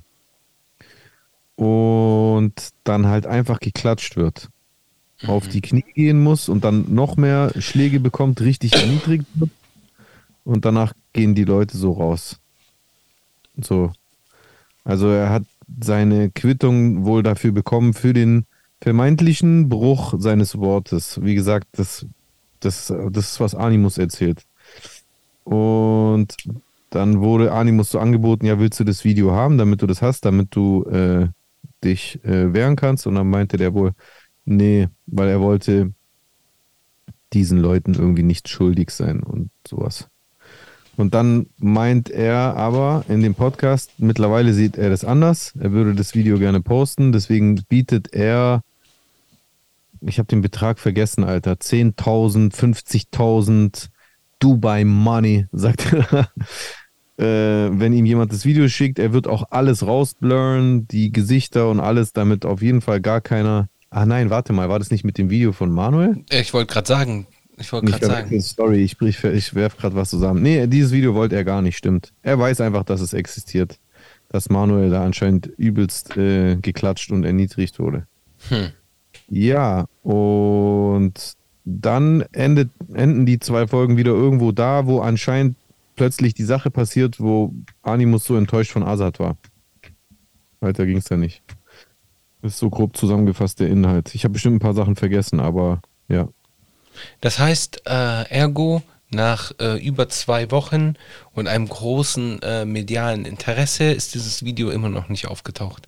und dann halt einfach geklatscht wird. Mhm. Auf die Knie gehen muss und dann noch mehr Schläge bekommt, richtig erniedrigt wird und danach gehen die Leute so raus. So. Also er hat seine Quittung wohl dafür bekommen, für den vermeintlichen Bruch seines Wortes. Wie gesagt, das, das, das ist, was Animus erzählt. Und dann wurde Animus so angeboten, ja, willst du das Video haben, damit du das hast, damit du äh, dich äh, wehren kannst? Und dann meinte der wohl, nee, weil er wollte diesen Leuten irgendwie nicht schuldig sein und sowas. Und dann meint er aber in dem Podcast, mittlerweile sieht er das anders, er würde das Video gerne posten, deswegen bietet er, ich habe den Betrag vergessen, Alter, zehntausend, fünfzigtausend Dubai Money, sagt er. äh, wenn ihm jemand das Video schickt, er wird auch alles rausblurren, die Gesichter und alles, damit auf jeden Fall gar keiner... Ah nein, warte mal, war das nicht mit dem Video von Manuel? Ich wollte gerade sagen, ich wollte gerade sagen. Sorry, ich, ich, ich werfe gerade was zusammen. Nee, dieses Video wollte er gar nicht, stimmt. Er weiß einfach, dass es existiert. Dass Manuel da anscheinend übelst äh, geklatscht und erniedrigt wurde. Hm. Ja, und dann endet, enden die zwei Folgen wieder irgendwo da, wo anscheinend plötzlich die Sache passiert, wo Animus so enttäuscht von Azad war. Weiter ging es ja nicht. Das ist so grob zusammengefasst der Inhalt. Ich habe bestimmt ein paar Sachen vergessen, aber ja. Das heißt, äh, ergo, nach äh, über zwei Wochen und einem großen äh, medialen Interesse ist dieses Video immer noch nicht aufgetaucht.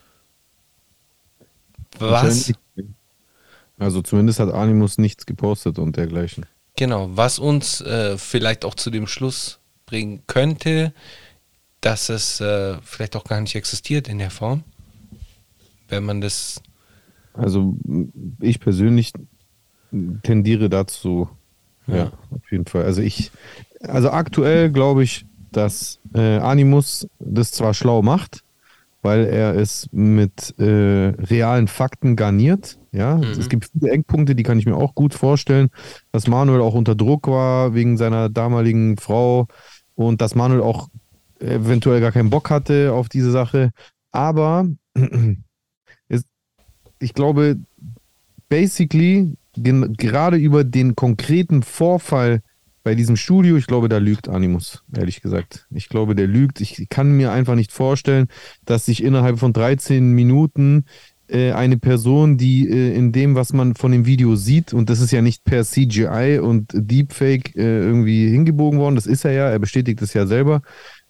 Was? Also zumindest hat Animus nichts gepostet und dergleichen. Genau, was uns äh, vielleicht auch zu dem Schluss bringen könnte, dass es äh, vielleicht auch gar nicht existiert in der Form, wenn man das... Also ich persönlich tendiere dazu, ja, Ja. auf jeden Fall. Also ich, also aktuell glaube ich, dass äh, Animus das zwar schlau macht, weil er es mit äh, realen Fakten garniert. Ja, Mhm. es gibt viele Eckpunkte, die kann ich mir auch gut vorstellen, dass Manuel auch unter Druck war wegen seiner damaligen Frau und dass Manuel auch eventuell gar keinen Bock hatte auf diese Sache. Aber ist, ich glaube, basically, gen- gerade über den konkreten Vorfall bei diesem Studio, ich glaube, da lügt Animus, ehrlich gesagt. Ich glaube, der lügt. Ich kann mir einfach nicht vorstellen, dass sich innerhalb von dreizehn Minuten äh, eine Person, die äh, in dem, was man von dem Video sieht, und das ist ja nicht per C G I und Deepfake äh, irgendwie hingebogen worden, das ist er ja, er bestätigt es ja selber.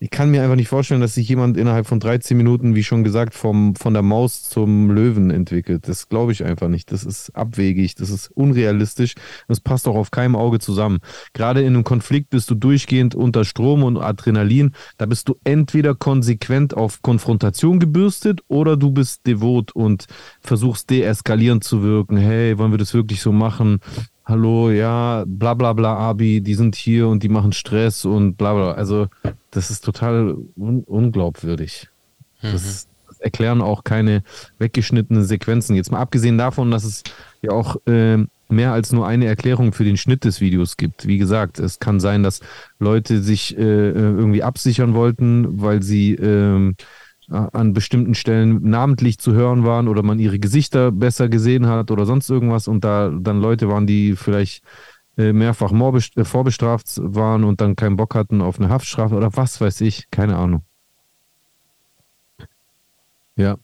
ich kann mir einfach nicht vorstellen, dass sich jemand innerhalb von dreizehn Minuten, wie schon gesagt, vom, von der Maus zum Löwen entwickelt. Das glaube ich einfach nicht. Das ist abwegig, das ist unrealistisch. Das passt auch auf keinem Auge zusammen. Gerade in einem Konflikt bist du durchgehend unter Strom und Adrenalin. Da bist du entweder konsequent auf Konfrontation gebürstet oder du bist devot und versuchst deeskalierend zu wirken. Hey, wollen wir das wirklich so machen? Hallo, ja, bla bla bla, Abi, die sind hier und die machen Stress und bla bla. Also, das ist total un unglaubwürdig. Mhm. Das, das erklären auch keine weggeschnittenen Sequenzen. Jetzt mal abgesehen davon, dass es ja auch äh, mehr als nur eine Erklärung für den Schnitt des Videos gibt. Wie gesagt, es kann sein, dass Leute sich äh, irgendwie absichern wollten, weil sie äh, an bestimmten Stellen namentlich zu hören waren oder man ihre Gesichter besser gesehen hat oder sonst irgendwas und da dann Leute waren, die vielleicht äh, mehrfach morbest- äh, vorbestraft waren und dann keinen Bock hatten auf eine Haftstrafe oder was weiß ich, keine Ahnung. Ja.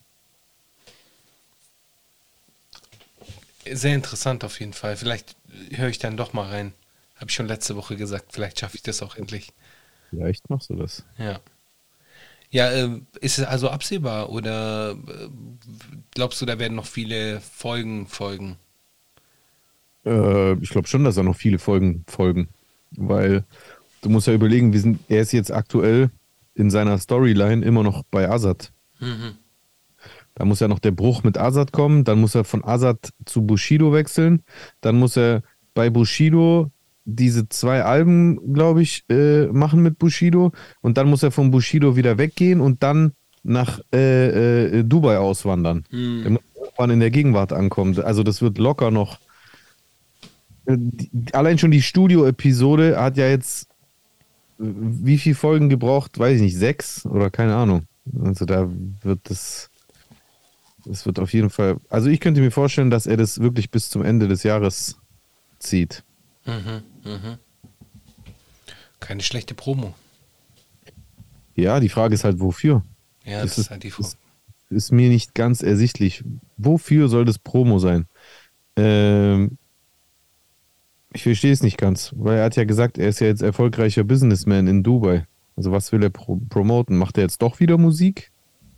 Sehr interessant auf jeden Fall. Vielleicht höre ich dann doch mal rein. Habe ich schon letzte Woche gesagt. Vielleicht schaffe ich das auch endlich. Vielleicht machst du das. Ja. Ja, äh, ist es also absehbar oder äh, glaubst du, da werden noch viele Folgen folgen? Äh, ich glaube schon, dass da noch viele Folgen folgen, weil du musst ja überlegen, wir sind, er ist jetzt aktuell in seiner Storyline immer noch bei Azad. Mhm. Da muss ja noch der Bruch mit Azad kommen, dann muss er von Azad zu Bushido wechseln, dann muss er bei Bushido diese zwei Alben, glaube ich, äh, machen mit Bushido und dann muss er von Bushido wieder weggehen und dann nach äh, äh, Dubai auswandern. Mhm. Er muss irgendwann in der Gegenwart ankommen. Also das wird locker noch. Äh, die, allein schon die Studio-Episode hat ja jetzt äh, wie viele Folgen gebraucht? Weiß ich nicht, sechs oder keine Ahnung. Also da wird das, das wird auf jeden Fall. Also ich könnte mir vorstellen, dass er das wirklich bis zum Ende des Jahres zieht. Mhm, mhm. Keine schlechte Promo. Ja, die Frage ist halt, wofür? Ja, das das ist, ist halt die Frage. ist, ist mir nicht ganz ersichtlich. Wofür soll das Promo sein? Ähm, ich verstehe es nicht ganz, weil er hat ja gesagt, er ist ja jetzt erfolgreicher Businessman in Dubai. Also was will er pro promoten? Macht er jetzt doch wieder Musik?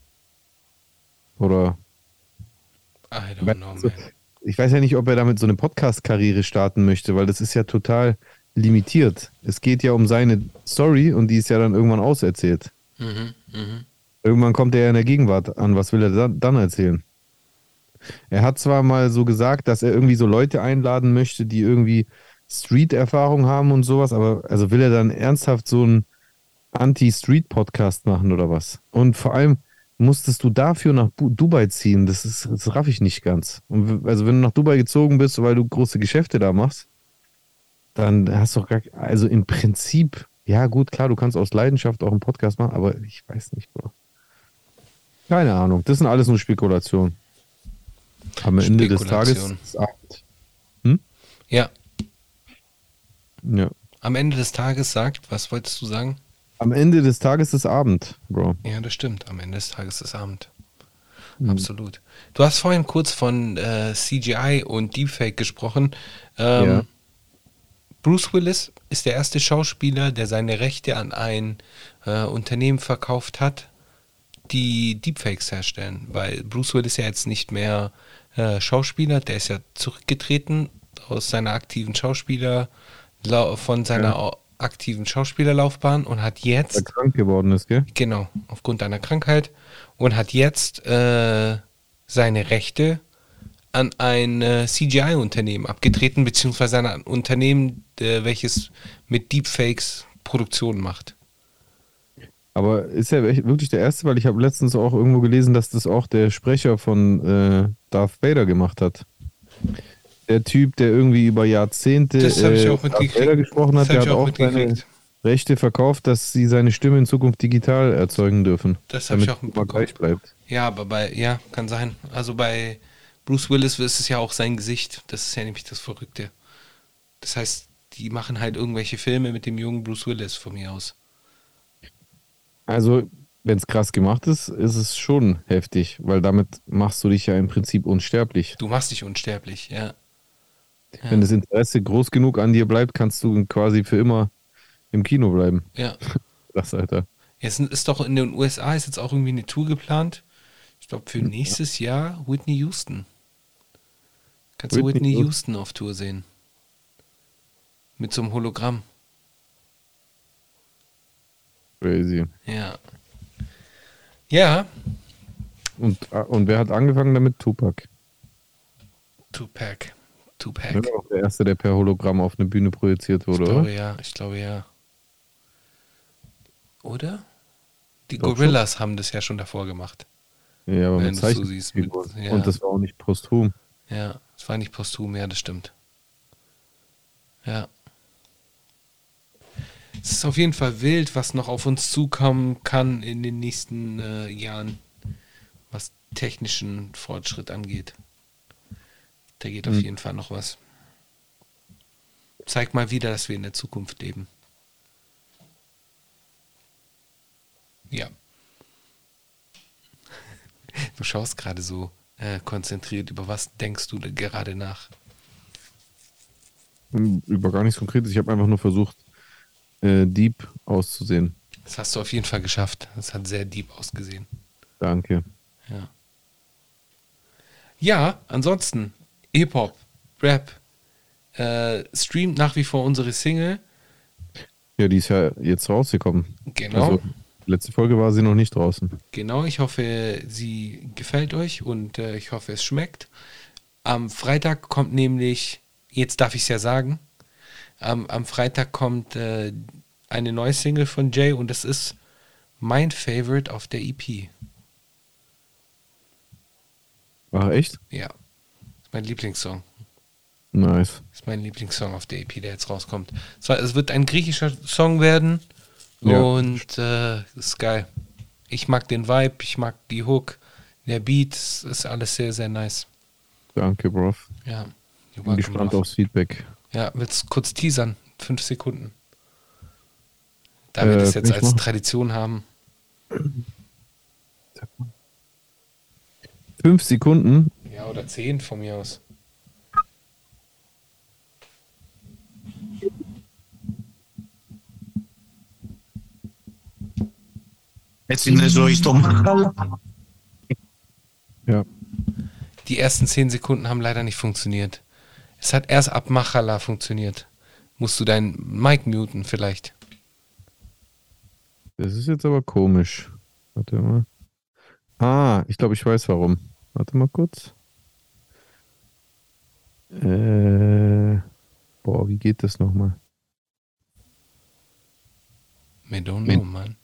Oder? I don't know, Also, man. ich weiß ja nicht, ob er damit so eine Podcast-Karriere starten möchte, weil das ist ja total limitiert. Es geht ja um seine Story und die ist ja dann irgendwann auserzählt. Mhm, mhm. Irgendwann kommt er ja in der Gegenwart an. Was will er dann, dann erzählen? Er hat zwar mal so gesagt, dass er irgendwie so Leute einladen möchte, die irgendwie Street-Erfahrung haben und sowas, aber also will er dann ernsthaft so einen Anti-Street-Podcast machen oder was? Und vor allem musstest du dafür nach Bu Dubai ziehen? Das ist, das raff ich nicht ganz. Und also wenn du nach Dubai gezogen bist, weil du große Geschäfte da machst, dann hast du doch gar, also im Prinzip, ja gut, klar, du kannst aus Leidenschaft auch einen Podcast machen, aber ich weiß nicht, Bro. Keine Ahnung, das sind alles nur Spekulationen. Am Ende des Tages Spekulation. ist Abend. Hm? Ja, Ja. am Ende des Tages sagt, was wolltest du sagen? Am Ende des Tages ist Abend, Bro. Ja, das stimmt. Am Ende des Tages ist Abend. Mhm. Absolut. Du hast vorhin kurz von äh, C G I und Deepfake gesprochen. Ähm, Ja. Bruce Willis ist der erste Schauspieler, der seine Rechte an ein äh, Unternehmen verkauft hat, die Deepfakes herstellen. Weil Bruce Willis ja jetzt nicht mehr äh, Schauspieler, der ist ja zurückgetreten aus seiner aktiven Schauspieler, von seiner Ja. aktiven Schauspielerlaufbahn und hat Der jetzt, krank geworden ist, gell? genau, aufgrund einer Krankheit, und hat jetzt äh, seine Rechte an ein äh, C G I-Unternehmen abgetreten, beziehungsweise an ein Unternehmen, äh, welches mit Deepfakes Produktionen macht. Aber ist er echt wirklich der Erste? Weil ich habe letztens auch irgendwo gelesen, dass das auch der Sprecher von äh, Darth Vader gemacht hat. Der Typ, der irgendwie über Jahrzehnte Das habe ich äh, auch Darth mitgekriegt. Vader gesprochen Das hat, habe der ich hat auch auch seine mitgekriegt. Rechte verkauft, dass sie seine Stimme in Zukunft digital erzeugen dürfen. Das habe ich damit auch es immer mitbekommen. gleich bleibt. Ja, aber bei, ja, kann sein. Also bei Bruce Willis ist es ja auch sein Gesicht. Das ist ja nämlich das Verrückte. Das heißt, die machen halt irgendwelche Filme mit dem jungen Bruce Willis von mir aus. Also, wenn es krass gemacht ist, ist es schon heftig, weil damit machst du dich ja im Prinzip unsterblich. Du machst dich unsterblich, ja. Ja. Wenn das Interesse groß genug an dir bleibt, kannst du quasi für immer im Kino bleiben. Ja. Das, Alter. Jetzt ist doch in den U S A ist jetzt auch irgendwie eine Tour geplant. Ich glaube für nächstes Jahr Whitney Houston. Kannst du Whitney Whitney Houston auf Tour sehen? Mit so einem Hologramm. Crazy. Ja. Ja. Und, und wer hat angefangen damit? Tupac. Tupac. Tupac. Der war auch der Erste, der per Hologramm auf eine Bühne projiziert wurde, Ich glaube oder? ja, ich glaube ja. Oder? Die Doch Gorillas haben das ja schon davor gemacht. Ja, aber Wenn mit du es so siehst, mit- Zeichenfiguren. ja. Und das war auch nicht posthum. Ja, es war nicht posthum, ja, das stimmt. Ja. Es ist auf jeden Fall wild, was noch auf uns zukommen kann in den nächsten äh, Jahren, was technischen Fortschritt angeht. Da geht auf Mhm. jeden Fall noch was. Zeigt mal wieder, dass wir in der Zukunft leben. Ja. Du schaust gerade so äh, konzentriert. Über was denkst du denn gerade nach? Über gar nichts Konkretes. Ich habe einfach nur versucht, äh, deep auszusehen. Das hast du auf jeden Fall geschafft. Das hat sehr deep ausgesehen. Danke. Ja. Ja, ansonsten Hip-Hop, Rap, äh, streamt nach wie vor unsere Single. Ja, die ist ja jetzt rausgekommen. Genau. Also, letzte Folge war sie noch nicht draußen. Genau, ich hoffe, sie gefällt euch und äh, ich hoffe, es schmeckt. Am Freitag kommt nämlich, jetzt darf ich es ja sagen, am, am Freitag kommt äh, eine neue Single von Jay und das ist mein Favorite auf der E P. Ach, echt? Ja, ist mein Lieblingssong. Nice. Ist mein Lieblingssong auf der E P, der jetzt rauskommt. Es war- es wird ein griechischer Song werden Ja. und äh, ist geil. Ich mag den Vibe, ich mag die Hook, der Beat, es ist alles sehr, sehr nice. Danke, Bro. Ja, you're Bin gespannt welcome. aufs Feedback. Ja, willst du kurz teasern? Fünf Sekunden. Da Äh, wir das jetzt kann ich als machen? Tradition haben. Fünf Sekunden. Ja, oder zehn von mir aus. Έτσι είναι ζωή στο Μαχαλά. Ja. Die ersten zehn Sekunden haben leider nicht funktioniert. Es hat erst ab Machala funktioniert. Musst du dein Mic muten vielleicht. Das ist jetzt aber komisch. Warte mal. Ah, ich glaube, ich weiß warum. Warte mal kurz. Äh, boah, wie geht das nochmal? Me don't Min- know, Mann.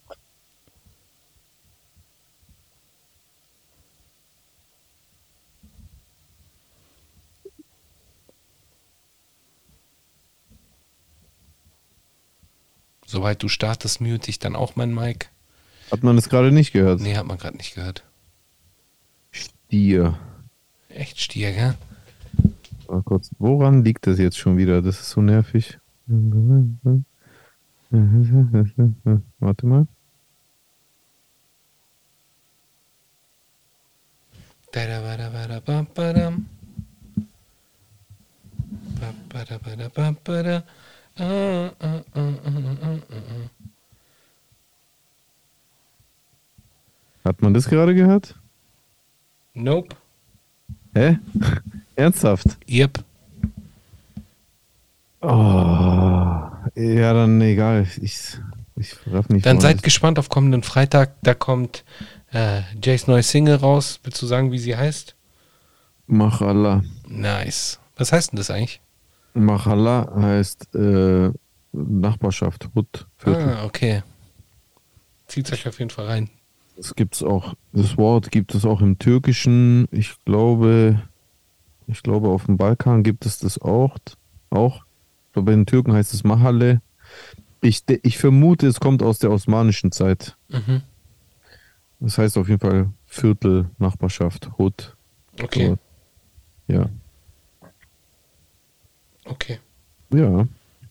Soweit du startest, mute ich dann auch mein Mic. Hat man das gerade nicht gehört? Nee, hat man gerade nicht gehört. Stier. Echt Stier, gell? Mal kurz. Woran liegt das jetzt schon wieder? Das ist so nervig. Warte mal. Da-da-ba-da-ba-da-ba-ba-dam. Ba-ba-da-ba-da-ba-ba-da. Ah, ah, ah, ah, ah, ah. Hat man das gerade gehört? Nope. Hä? Ernsthaft? Yep. Oh. Ja, dann egal. Ich, ich raff nicht. Dann woran seid das- gespannt auf kommenden Freitag. Da kommt äh, Jays neue Single raus. Willst du sagen, wie sie heißt? Machala. Nice. Was heißt denn das eigentlich? Machala heißt äh, Nachbarschaft, Hut, Viertel. Ah, okay. Zieht euch auf jeden Fall rein. Es gibt's auch, das Wort gibt es auch im Türkischen. Ich glaube, ich glaube, auf dem Balkan gibt es das auch. auch. Ich glaube, bei den Türken heißt es Mahalle. Ich, de- ich vermute, es kommt aus der osmanischen Zeit. Mhm. Das heißt auf jeden Fall Viertel, Nachbarschaft, Hut. Okay. So. Ja. Okay. Ja.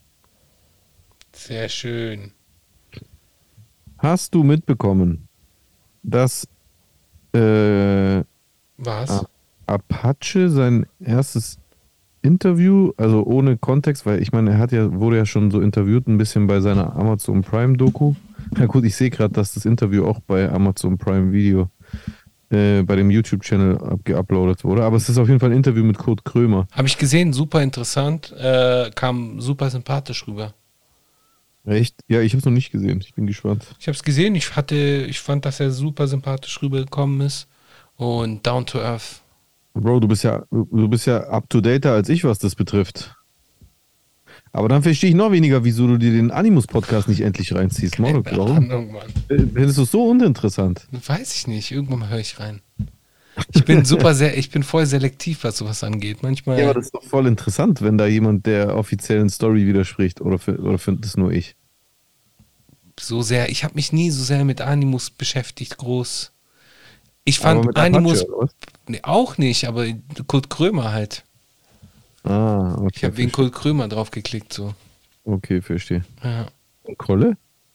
Sehr schön. Hast du mitbekommen, dass äh, Was? Ah. Apache sein erstes Interview, also ohne Kontext, weil ich meine, er hat ja, wurde ja schon so interviewt, ein bisschen bei seiner Amazon Prime Doku. Ja gut, ich sehe gerade, dass das Interview auch bei Amazon Prime Video äh, bei dem YouTube-Channel geuploadet wurde. Aber es ist auf jeden Fall ein Interview mit Kurt Krömer. Habe ich gesehen, super interessant, äh, kam super sympathisch rüber. Echt? Ja, ich habe es noch nicht gesehen. Ich bin gespannt. Ich habe es gesehen, ich hatte, ich fand, dass er super sympathisch rübergekommen ist und down to earth. Bro, du bist ja, du bist ja up to date als ich, was das betrifft. Aber dann verstehe ich noch weniger, wieso du dir den Animus-Podcast nicht endlich reinziehst. Moruk, Keine warum? Ahnung, Mann. Findest du es so uninteressant? Weiß ich nicht, irgendwann mal höre ich rein. Ich bin super sehr, ich bin voll selektiv, was sowas angeht. Manchmal. Ja, aber das ist doch voll interessant, wenn da jemand der offiziellen Story widerspricht. Oder, oder findet es nur ich? So sehr, ich habe mich nie so sehr mit Animus beschäftigt, groß. Ich Aber fand mit Animus. Apache, oder was? Nee, auch nicht, aber Kurt Krömer halt. Ah, okay. Ich habe wegen Kurt Krömer drauf geklickt, so. Okay, verstehe. Ja. Und Kolle?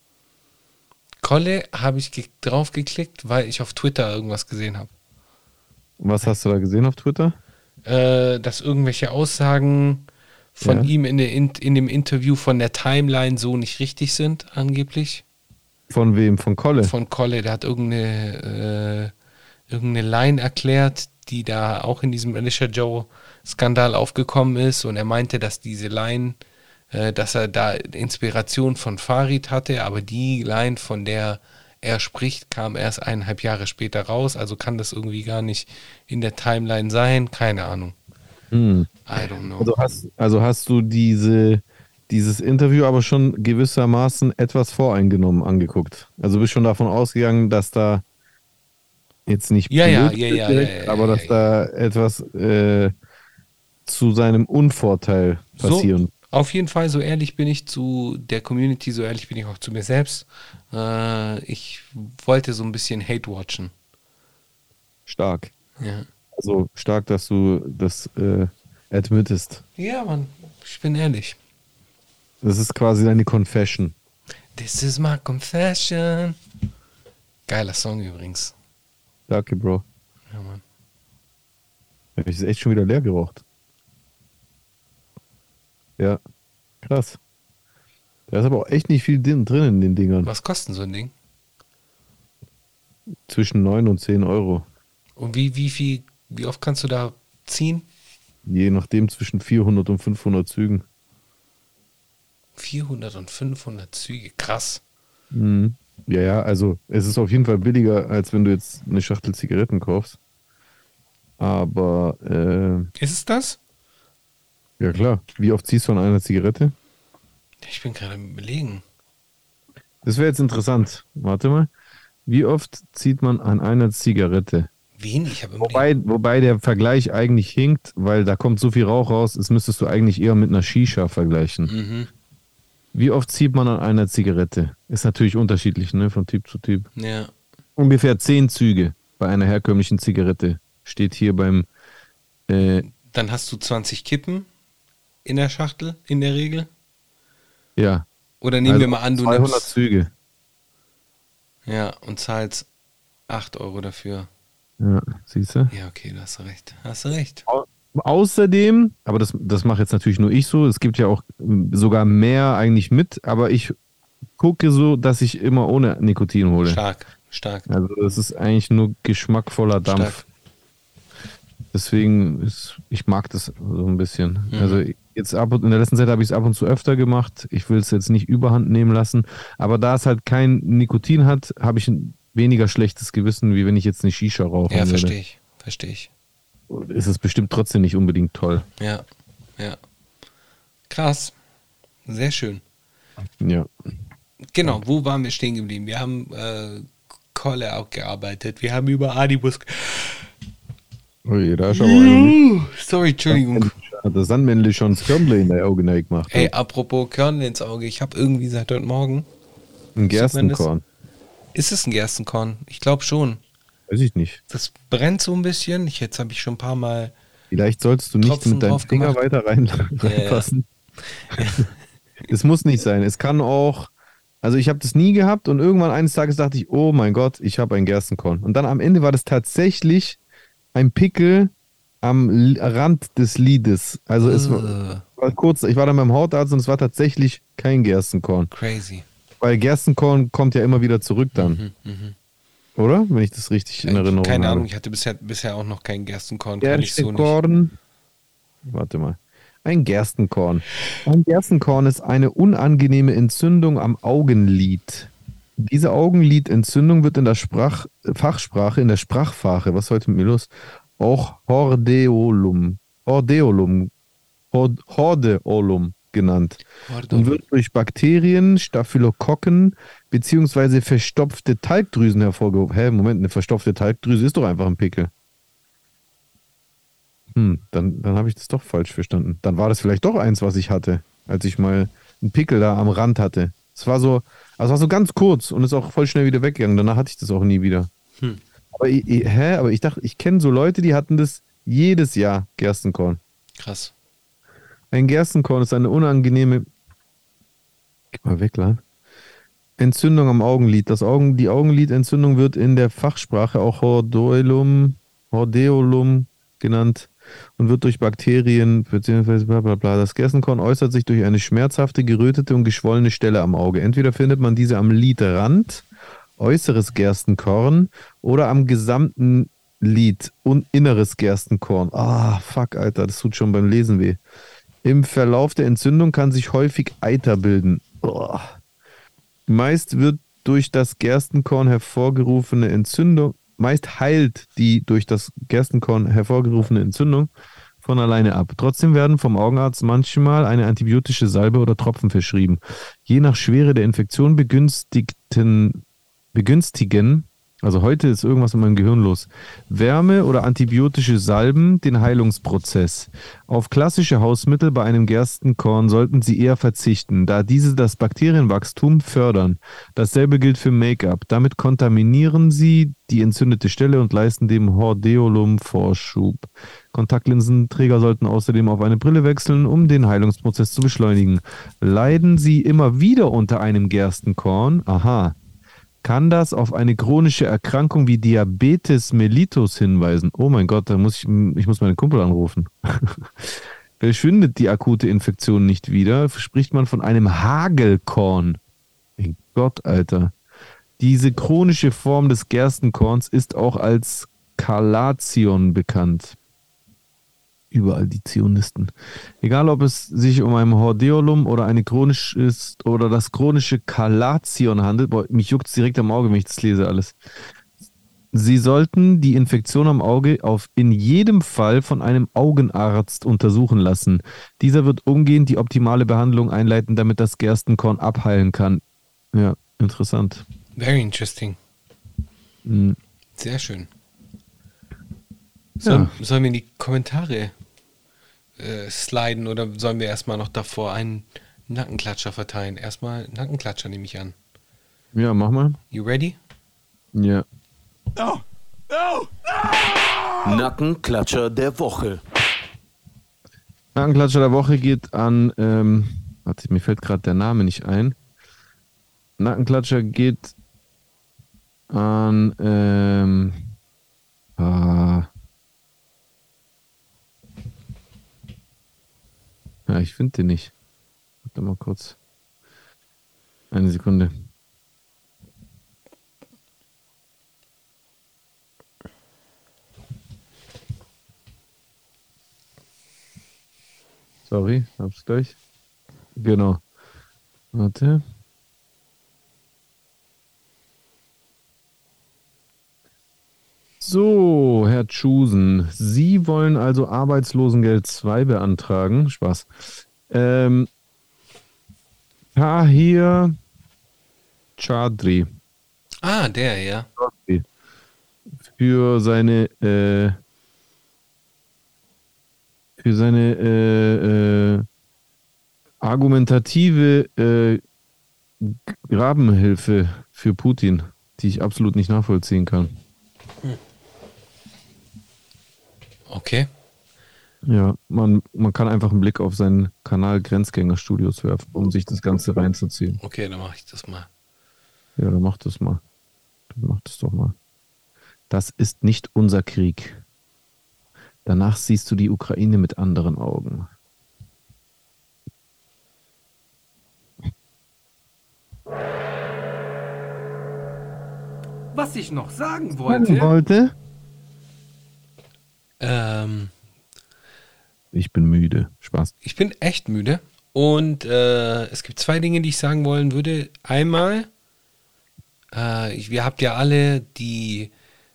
Kolle habe ich ge- drauf geklickt, weil ich auf Twitter irgendwas gesehen habe. Was hast du da gesehen auf Twitter? Äh, dass irgendwelche Aussagen von Ja. ihm in, der in, in dem Interview von der Timeline so nicht richtig sind, angeblich. Von wem? Von Kolle? Von Kolle, der hat irgendeine, äh, irgendeine Line erklärt, die da auch in diesem Alicia Joe-Skandal aufgekommen ist. Und er meinte, dass diese Line, äh, dass er da Inspiration von Farid hatte, aber die Line, von der er spricht, kam erst eineinhalb Jahre später raus. Also kann das irgendwie gar nicht in der Timeline sein. Keine Ahnung. Hm. I don't know. Also hast, also hast du diese, dieses Interview aber schon gewissermaßen etwas voreingenommen angeguckt. Also bist schon davon ausgegangen, dass da jetzt nicht Ja, ja, blöd ja, ist ja, direkt, ja, ja, aber ja, dass da etwas äh, zu seinem Unvorteil passieren. So, auf jeden Fall, so ehrlich bin ich zu der Community, so ehrlich bin ich auch zu mir selbst. Äh, ich wollte so ein bisschen Hate watchen. Stark. Ja. Also stark, dass du das äh, admittest. Ja, Mann, ich bin ehrlich. Das ist quasi deine Confession. This is my confession. Geiler Song übrigens. Danke, Bro. Ja, Mann. Ich ist echt schon wieder leer geraucht. Ja, krass. Da ist aber auch echt nicht viel drin drin in den Dingern. Was kostet so ein Ding? Zwischen neun und zehn Euro. Und wie, wie viel, wie oft kannst du da ziehen? Je nachdem zwischen vierhundert und fünfhundert Zügen. vierhundert und fünfhundert Züge, krass. Mhm. Ja, ja, also es ist auf jeden Fall billiger, als wenn du jetzt eine Schachtel Zigaretten kaufst. Aber, äh, Ist es das? ja klar. Wie oft ziehst du an einer Zigarette? Ich bin gerade am Überlegen. Das wäre jetzt interessant. Warte mal. Wie oft zieht man an einer Zigarette? Wenig, ich habe Wobei, wobei der Vergleich eigentlich hinkt, weil da kommt so viel Rauch raus, das müsstest du eigentlich eher mit einer Shisha vergleichen. Mhm. Wie oft zieht man an einer Zigarette? Ist natürlich unterschiedlich, ne, von Typ zu Typ. Ja. Ungefähr zehn Züge bei einer herkömmlichen Zigarette. Steht hier beim, äh, Dann hast du zwanzig Kippen in der Schachtel, in der Regel. ja. Oder nehmen also wir mal an, du zweihundert nimmst. Züge. Ja, und zahlst acht Euro dafür. Ja, siehst du? Ja, okay, du hast recht. Hast recht. Au- Außerdem, aber das, das mache jetzt natürlich nur ich so, es gibt ja auch ähm, sogar mehr eigentlich mit, aber ich gucke so, dass ich immer ohne Nikotin hole. Stark, stark. Also das ist eigentlich nur geschmackvoller Dampf. Stark. Deswegen ist, ich mag das so ein bisschen. Mhm. Also jetzt ab und in der letzten Zeit habe ich es ab und zu öfter gemacht. Ich will es jetzt nicht überhand nehmen lassen. Aber da es halt kein Nikotin hat, habe ich ein weniger schlechtes Gewissen, wie wenn ich jetzt eine Shisha rauche. Ja, verstehe ich. Verstehe ich. Ist es bestimmt trotzdem nicht unbedingt toll. Ja, ja. Krass. Sehr schön. Ja. Genau, wo waren wir stehen geblieben? Wir haben äh, Kolle auch gearbeitet. Wir haben über Adibus. Ui, da ist aber einer Sorry, Entschuldigung. hat das Sandmännle schon das Körnle in der Augen gemacht. Ey, apropos Körnle ins Auge. Ich habe irgendwie seit heute Morgen. Ein Gerstenkorn. Ist es ein Gerstenkorn? Ich glaube schon. Weiß ich nicht. Das brennt so ein bisschen. Ich, jetzt habe ich schon ein paar Mal. Vielleicht solltest du nicht Tropfen mit deinem drauf Finger gemacht. weiter rein, Ja, reinfassen. Es muss nicht sein. Es kann auch, also ich habe das nie gehabt und irgendwann eines Tages dachte ich, oh mein Gott, ich habe ein Gerstenkorn. Und dann am Ende war das tatsächlich ein Pickel am L- Rand des Lides. Also es war, Ugh, war kurz, ich war dann beim Hautarzt und es war tatsächlich kein Gerstenkorn. crazy. Weil Gerstenkorn kommt ja immer wieder zurück dann. Mhm, mhm. Oder? Wenn ich das richtig in Erinnerung Keine habe. Ahnung, ich hatte bisher, bisher auch noch keinen Gerstenkorn. Kann ich so nicht. Gerstenkorn. Warte mal. Ein Gerstenkorn. Ein Gerstenkorn ist eine unangenehme Entzündung am Augenlid. Diese Augenlidentzündung wird in der Sprach Fachsprache, in der Sprachfache, was ist heute mit mir los? Auch Hordeolum, Hordeolum, Hord Hordeolum genannt und wird durch Bakterien, Staphylokokken beziehungsweise verstopfte Talgdrüsen hervorgerufen. Hä, Moment, eine verstopfte Talgdrüse ist doch einfach ein Pickel. Hm, dann, dann habe ich das doch falsch verstanden. Dann war das vielleicht doch eins, was ich hatte, als ich mal einen Pickel da am Rand hatte. Es war so, also es war so ganz kurz und ist auch voll schnell wieder weggegangen. Danach hatte ich das auch nie wieder. Hm. Aber, ich, ich- hä? Aber ich dachte, ich kenne so Leute, die hatten das jedes Jahr, Gerstenkorn. Krass. Ein Gerstenkorn ist eine unangenehme, geh mal weg, Lan. Entzündung am Augenlid. Das Augen, die Augenlidentzündung wird in der Fachsprache auch Hordeolum, Hordeolum genannt und wird durch Bakterien bzw. bla bla bla. Das Gerstenkorn äußert sich durch eine schmerzhafte, gerötete und geschwollene Stelle am Auge. Entweder findet man diese am Lidrand, äußeres Gerstenkorn, oder am gesamten Lid und inneres Gerstenkorn. Ah, fuck, Alter, das tut schon beim Lesen weh. Im Verlauf der Entzündung kann sich häufig Eiter bilden. Oh. Meist wird durch das Gerstenkorn hervorgerufene Entzündung, meist heilt die durch das Gerstenkorn hervorgerufene Entzündung von alleine ab. Trotzdem werden vom Augenarzt manchmal eine antibiotische Salbe oder Tropfen verschrieben. Je nach Schwere der Infektion begünstigten, begünstigen, also heute ist irgendwas in meinem Gehirn los, Wärme oder antibiotische Salben den Heilungsprozess. Auf klassische Hausmittel bei einem Gerstenkorn sollten Sie eher verzichten, da diese das Bakterienwachstum fördern. Dasselbe gilt für Make-up. Damit kontaminieren Sie die entzündete Stelle und leisten dem Hordeolum Vorschub. Kontaktlinsenträger sollten außerdem auf eine Brille wechseln, um den Heilungsprozess zu beschleunigen. Leiden Sie immer wieder unter einem Gerstenkorn? Aha. Kann das auf eine chronische Erkrankung wie Diabetes mellitus hinweisen? Oh mein Gott, da muss ich, ich muss meinen Kumpel anrufen. Verschwindet die akute Infektion nicht wieder, spricht man von einem Hagelkorn. Mein Gott, Alter. Diese chronische Form des Gerstenkorns ist auch als Kalation bekannt. Überall die Zionisten. Egal, ob es sich um ein Hordeolum oder eine chronisches oder das chronische Kalation handelt. Boah, mich juckt es direkt am Auge, wenn ich das lese alles. Sie sollten die Infektion am Auge auf in jedem Fall von einem Augenarzt untersuchen lassen. Dieser wird umgehend die optimale Behandlung einleiten, damit das Gerstenkorn abheilen kann. Ja, interessant. Very interesting. Mhm. Sehr schön. Soll, Ja. Sollen wir in die Kommentare äh, sliden oder sollen wir erstmal noch davor einen Nackenklatscher verteilen? Erstmal Nackenklatscher nehme ich an. Ja, mach mal. You ready? Ja. Nackenklatscher der Woche. Nackenklatscher der Woche geht an, ähm, warte, mir fällt gerade der Name nicht ein. Nackenklatscher geht an, ähm, ah, ja, ich finde den nicht. Warte mal kurz. Eine Sekunde. Sorry, hab's gleich. Genau. Warte. So, Herr Tschusen, Sie wollen also Arbeitslosengeld zwei beantragen. Spaß. Ähm, Tahir Chaudhry Ah, der, ja. für seine äh, für seine äh, äh, argumentative äh, Grabenhilfe für Putin, die ich absolut nicht nachvollziehen kann. Okay. Ja, man, man kann einfach einen Blick auf seinen Kanal Grenzgänger Studios werfen, um sich das Ganze reinzuziehen. Okay, dann mache ich das mal. Ja, dann mach das mal. Dann mach das doch mal. Das ist nicht unser Krieg. Danach siehst du die Ukraine mit anderen Augen. Was ich noch sagen wollte... wollte? Ähm, ich bin müde. Spaß. Ich bin echt müde. Und äh, es gibt zwei Dinge, die ich sagen wollen würde. Einmal, äh, ich, ihr habt ja alle die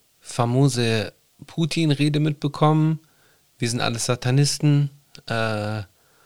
famose Putin-Rede mitbekommen. Wir sind alle Satanisten. Äh,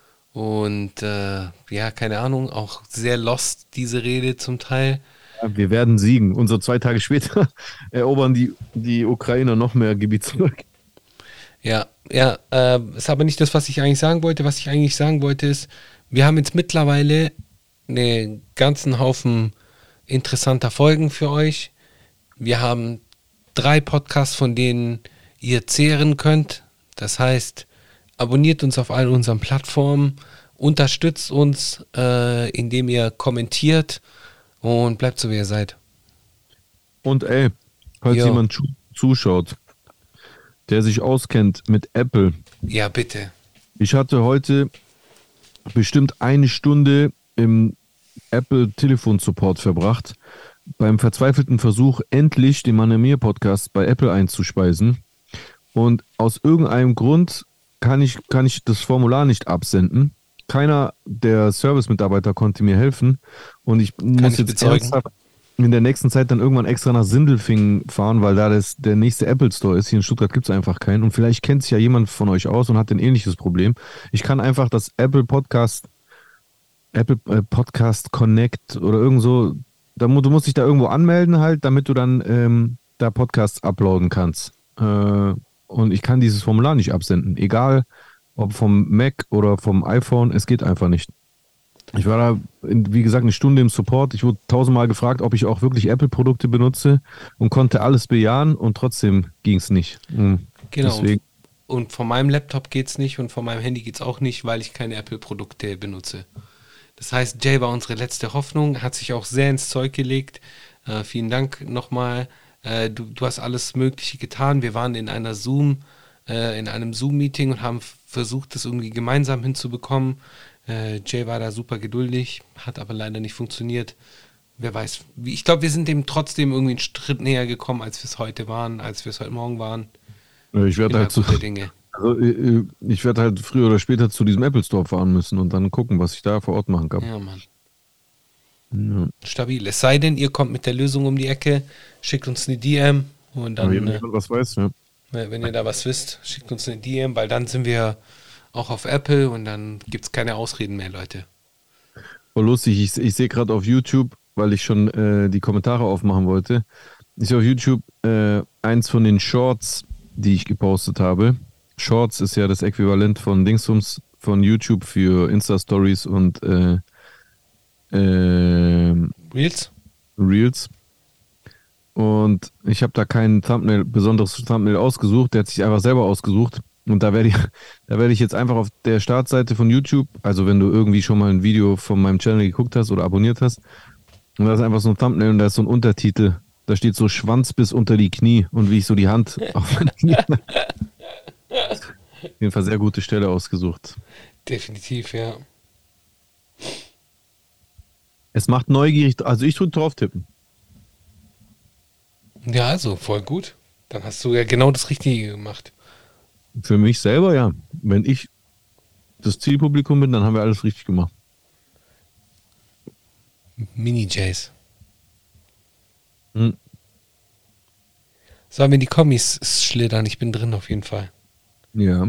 und äh, ja, keine Ahnung, auch sehr lost, diese Rede zum Teil. Ja, wir werden siegen. Und so zwei Tage später erobern die, die Ukrainer noch mehr Gebiet zurück. Ja, ja, äh, ist aber nicht das, was ich eigentlich sagen wollte. Was ich eigentlich sagen wollte ist, wir haben jetzt mittlerweile einen ganzen Haufen interessanter Folgen für euch. Wir haben drei Podcasts, von denen ihr zehren könnt. Das heißt, abonniert uns auf all unseren Plattformen, unterstützt uns, äh, indem ihr kommentiert und bleibt so, wie ihr seid. Und ey, falls Jo. jemand zu- zuschaut, der sich auskennt mit Apple. Ja, bitte. Ich hatte heute bestimmt eine Stunde im Apple Telefon-Support verbracht, beim verzweifelten Versuch, endlich den Mann mir Podcast bei Apple einzuspeisen. Und aus irgendeinem Grund kann ich, kann ich das Formular nicht absenden. Keiner der Service-Mitarbeiter konnte mir helfen. Und ich muss ich jetzt bezeugen. ernsthaft in der nächsten Zeit dann irgendwann extra nach Sindelfingen fahren, weil da das, der nächste Apple Store ist. Hier in Stuttgart gibt es einfach keinen. Und vielleicht kennt sich ja jemand von euch aus und hat ein ähnliches Problem. Ich kann einfach das Apple Podcast, Apple äh, Podcast Connect oder irgend so, da, mu- du musst dich da irgendwo anmelden halt, damit du dann ähm, da Podcasts uploaden kannst. Äh, und ich kann dieses Formular nicht absenden. Egal, ob vom Mac oder vom iPhone, es geht einfach nicht. Ich war da, in, wie gesagt, eine Stunde im Support. Ich wurde tausendmal gefragt, ob ich auch wirklich Apple-Produkte benutze und konnte alles bejahen und trotzdem ging es nicht. Mhm. Genau. Deswegen, Und von meinem Laptop geht's nicht und von meinem Handy geht's auch nicht, weil ich keine Apple-Produkte benutze. Das heißt, Jay war unsere letzte Hoffnung, hat sich auch sehr ins Zeug gelegt. Äh, vielen Dank nochmal. Äh, du, du hast alles Mögliche getan. Wir waren in einer Zoom, äh, in einem Zoom-Meeting und haben f- versucht, das irgendwie gemeinsam hinzubekommen. Äh, Jay war da super geduldig, hat aber leider nicht funktioniert. Wer weiß. Wie- Ich glaube, wir sind dem trotzdem irgendwie einen Schritt näher gekommen, als wir es heute waren, als wir es heute Morgen waren. äh, ich werde Bin da halt, zu, guter Dinge. also, äh, ich werde halt früher oder später zu diesem Apple Store fahren müssen und dann gucken, was ich da vor Ort machen kann. Ja, Mann. Ja. Stabil. Es sei denn, ihr kommt mit der Lösung um die Ecke, schickt uns eine D M und Aber dann, wenn äh, jemand was weiß, ja. wenn ihr da was wisst, schickt uns eine D M, weil dann sind wir auch auf Apple und dann gibt es keine Ausreden mehr, Leute. Voll lustig, ich, ich sehe gerade auf YouTube, weil ich schon äh, die Kommentare aufmachen wollte, ich sehe auf YouTube äh, eins von den Shorts, die ich gepostet habe. Shorts ist ja das Äquivalent von Dingsums von YouTube für Insta-Stories und äh, äh, Reels? Reels. Und ich habe da kein Thumbnail, besonderes Thumbnail ausgesucht, der hat sich einfach selber ausgesucht. Und da werde ich, da werde ich jetzt einfach auf der Startseite von YouTube, also wenn du irgendwie schon mal ein Video von meinem Channel geguckt hast oder abonniert hast, und da ist einfach so ein Thumbnail und da ist so ein Untertitel. Da steht so Schwanz bis unter die Knie und wie ich so die Hand auf meine Knie. Auf jeden Fall sehr gute Stelle ausgesucht. Definitiv, ja. Es macht neugierig, also ich tue drauf tippen. Ja, also voll gut. Dann hast du ja genau das Richtige gemacht. Für mich selber, ja. Wenn ich das Zielpublikum bin, dann haben wir alles richtig gemacht. Mini-Jays. Hm. Sollen wir in die Kommis schlittern? Ich bin drin auf jeden Fall. Ja.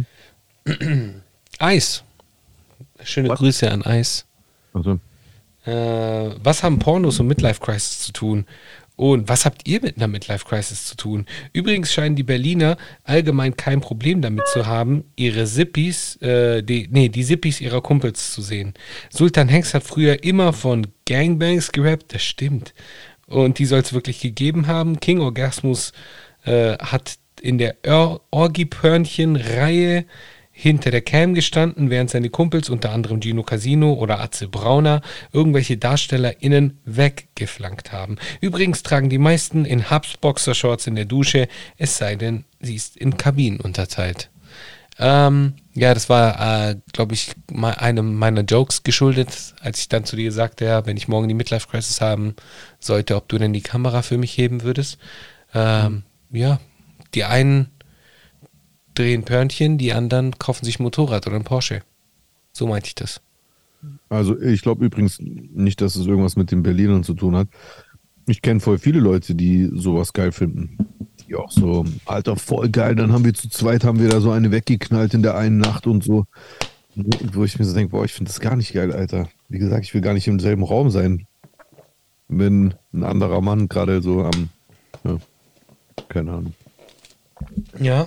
Eis. Schöne Was? Grüße an Eis. Also, Äh, was haben Pornos und Midlife Crisis zu tun? Und was habt ihr mit einer Midlife Crisis zu tun? Übrigens scheinen die Berliner allgemein kein Problem damit zu haben, ihre Zippis, äh, die, nee, die Zippis ihrer Kumpels zu sehen. Sultan Hengst hat früher immer von Gangbangs gerappt, das stimmt. Und die soll es wirklich gegeben haben. King Orgasmus äh, hat in der Or- Orgi-Pörnchen-Reihe hinter der Cam gestanden, während seine Kumpels, unter anderem Gino Casino oder Atze Brauner, irgendwelche DarstellerInnen weggeflankt haben. Übrigens tragen die meisten in Hubs Boxershorts in der Dusche, es sei denn, sie ist in Kabinen unterteilt. Ähm, ja, das war, äh, glaube ich, mal einem meiner Jokes geschuldet, als ich dann zu dir sagte, ja, wenn ich morgen die Midlife-Crisis haben sollte, ob du denn die Kamera für mich heben würdest. Ähm, mhm. Ja, die einen drehen Pörnchen, die anderen kaufen sich ein Motorrad oder ein Porsche. So meinte ich das. Also ich glaube übrigens nicht, dass es irgendwas mit den Berlinern zu tun hat. Ich kenne voll viele Leute, die sowas geil finden. Die auch so, Alter, voll geil, dann haben wir zu zweit, haben wir da so eine weggeknallt in der einen Nacht und so. Wo ich mir so denke, boah, ich finde das gar nicht geil, Alter. Wie gesagt, ich will gar nicht im selben Raum sein, wenn ein anderer Mann gerade so am, ja, keine Ahnung. Ja.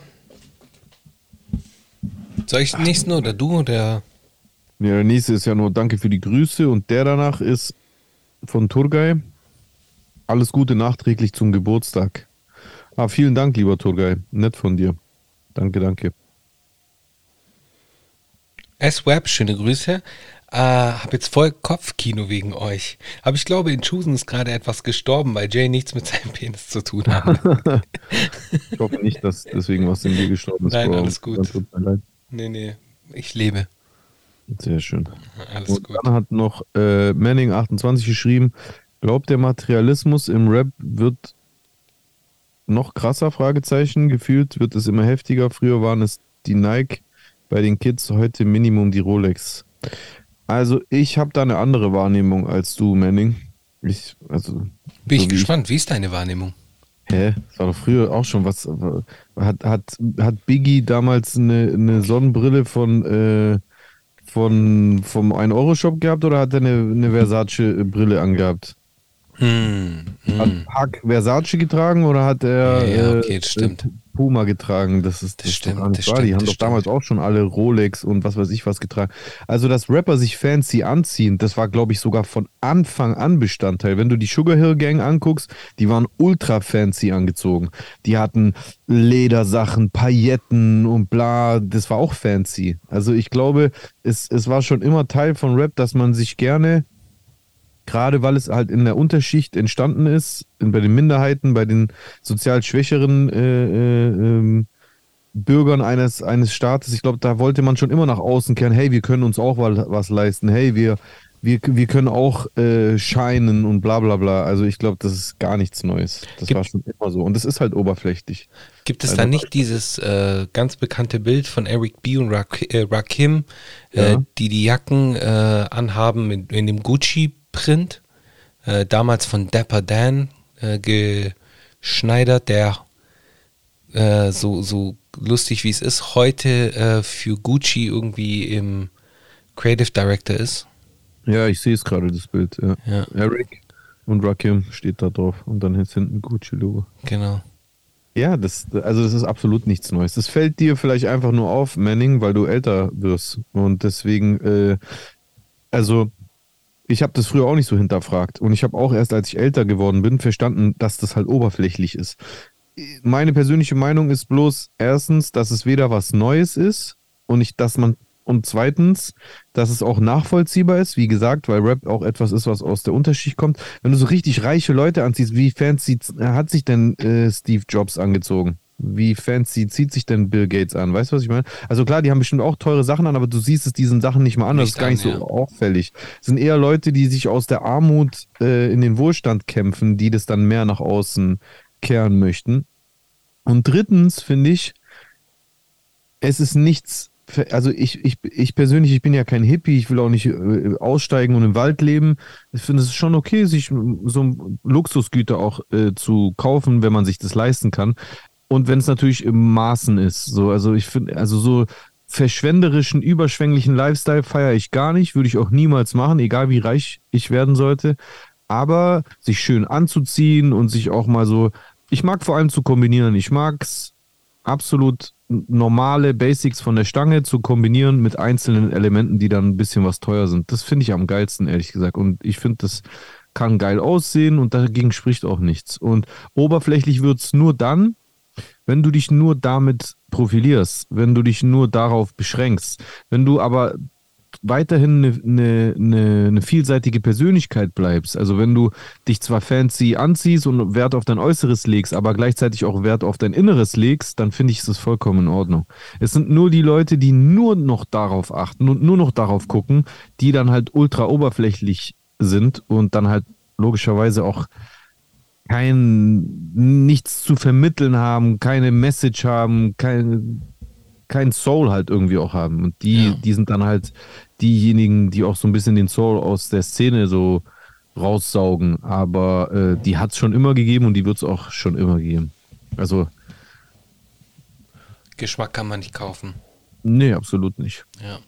Soll ich den nächsten oder du oder? Ja, der nächste ist ja nur Danke für die Grüße und der danach ist von Turgay. Alles Gute nachträglich zum Geburtstag. Ah, vielen Dank, lieber Turgay. Nett von dir. Danke, danke. S-Web, schöne Grüße. Äh, hab jetzt voll Kopfkino wegen euch. Aber ich glaube, in Chusen ist gerade etwas gestorben, weil Jay nichts mit seinem Penis zu tun hat. Ich hoffe nicht, dass deswegen was in dir gestorben ist. Nein, Bro. alles gut. Tut mir leid. Nee, nee, ich lebe. Sehr schön. Alles und gut. dann hat noch äh, Manning achtundzwanzig geschrieben, glaubt der Materialismus im Rap wird noch krasser, Fragezeichen, gefühlt wird es immer heftiger. Früher waren es die Nike bei den Kids, heute Minimum die Rolex. Also ich habe da eine andere Wahrnehmung als du, Manning. Ich, also, Bin so ich wie gespannt, wie ist deine Wahrnehmung? Hä? Das war doch früher auch schon was. Hat, hat, hat Biggie damals eine, eine Sonnenbrille von, äh, von vom ein Euro Shop gehabt oder hat er eine, eine Versace-Brille angehabt? Hm, Hat hm. Hack Versace getragen oder hat er Ja, äh, okay, das stimmt. Puma getragen? Das ist, Das das ist stimmt, doch gar nicht das wahr. stimmt, Die haben das doch damals stimmt. auch schon alle Rolex und was weiß ich was getragen. Also, dass Rapper sich fancy anziehen, das war, glaube ich, sogar von Anfang an Bestandteil. Wenn du die Sugar Hill Gang anguckst, die waren ultra fancy angezogen. Die hatten Ledersachen, Pailletten und bla. Das war auch fancy. Also, ich glaube, es, es war schon immer Teil von Rap, dass man sich gerne, gerade weil es halt in der Unterschicht entstanden ist, bei den Minderheiten, bei den sozial schwächeren äh, äh, ähm, Bürgern eines, eines Staates, ich glaube, da wollte man schon immer nach außen kehren, hey, wir können uns auch was leisten, hey, wir, wir, wir können auch äh, scheinen und bla bla bla. Also ich glaube, das ist gar nichts Neues. Das Gibt- war schon immer so. Und das ist halt oberflächlich. Gibt es Also- da nicht dieses äh, ganz bekannte Bild von Eric B. und Rak äh, Rakim, äh, Ja. die die Jacken äh, anhaben in, in dem Gucci-Print, äh, damals von Dapper Dan äh, geschneidert, der äh, so, so lustig wie es ist, heute äh, für Gucci irgendwie im Creative Director ist. Ja, ich sehe es gerade, das Bild. Ja. Ja, Eric und Rakim steht da drauf und dann jetzt hinten Gucci-Logo. genau. Ja, das, also das ist absolut nichts Neues. Das fällt dir vielleicht einfach nur auf, Manning, weil du älter wirst. Und deswegen, äh, also ich habe das früher auch nicht so hinterfragt. Und ich habe auch erst, als ich älter geworden bin, verstanden, dass das halt oberflächlich ist. Meine persönliche Meinung ist bloß erstens, dass es weder was Neues ist und nicht, dass man und zweitens, dass es auch nachvollziehbar ist, wie gesagt, weil Rap auch etwas ist, was aus der Unterschicht kommt. Wenn du so richtig reiche Leute anziehst, wie fancy hat sich denn äh, Steve Jobs angezogen? Wie fancy zieht sich denn Bill Gates an? Weißt du, was ich meine? Also klar, die haben bestimmt auch teure Sachen an, aber du siehst es diesen Sachen nicht mal an. Das Nicht ist gar nicht an, so ja. auffällig. Es sind eher Leute, die sich aus der Armut äh, in den Wohlstand kämpfen, die das dann mehr nach außen kehren möchten. Und drittens finde ich, es ist nichts, also ich, ich, ich persönlich, ich bin ja kein Hippie, ich will auch nicht äh, aussteigen und im Wald leben. Ich finde es ist schon okay, sich so Luxusgüter auch äh, zu kaufen, wenn man sich das leisten kann. Und wenn es natürlich im Maßen ist. So, also ich finde, also so verschwenderischen, überschwänglichen Lifestyle feiere ich gar nicht, würde ich auch niemals machen, egal wie reich ich werden sollte. Aber sich schön anzuziehen und sich auch mal so, ich mag vor allem zu kombinieren. Ich mag es absolut normale Basics von der Stange zu kombinieren mit einzelnen Elementen, die dann ein bisschen was teuer sind. Das finde ich am geilsten, ehrlich gesagt. Und ich finde, das kann geil aussehen und dagegen spricht auch nichts. Und oberflächlich wird es nur dann, wenn du dich nur damit profilierst, wenn du dich nur darauf beschränkst. Wenn du aber weiterhin eine, eine, eine, eine vielseitige Persönlichkeit bleibst. Also wenn du dich zwar fancy anziehst und Wert auf dein Äußeres legst, aber gleichzeitig auch Wert auf dein Inneres legst, dann finde ich es vollkommen in Ordnung. Es sind nur die Leute, die nur noch darauf achten und nur noch darauf gucken, die dann halt ultra oberflächlich sind und dann halt logischerweise auch kein nichts zu vermitteln haben, keine Message haben, kein, kein Soul halt irgendwie auch haben. Und die, Ja. die sind dann halt diejenigen, die auch so ein bisschen den Soul aus der Szene so raussaugen. Aber äh, die hat es schon immer gegeben und die wird es auch schon immer geben. Also, Geschmack kann man nicht kaufen. nee, absolut nicht. Ja.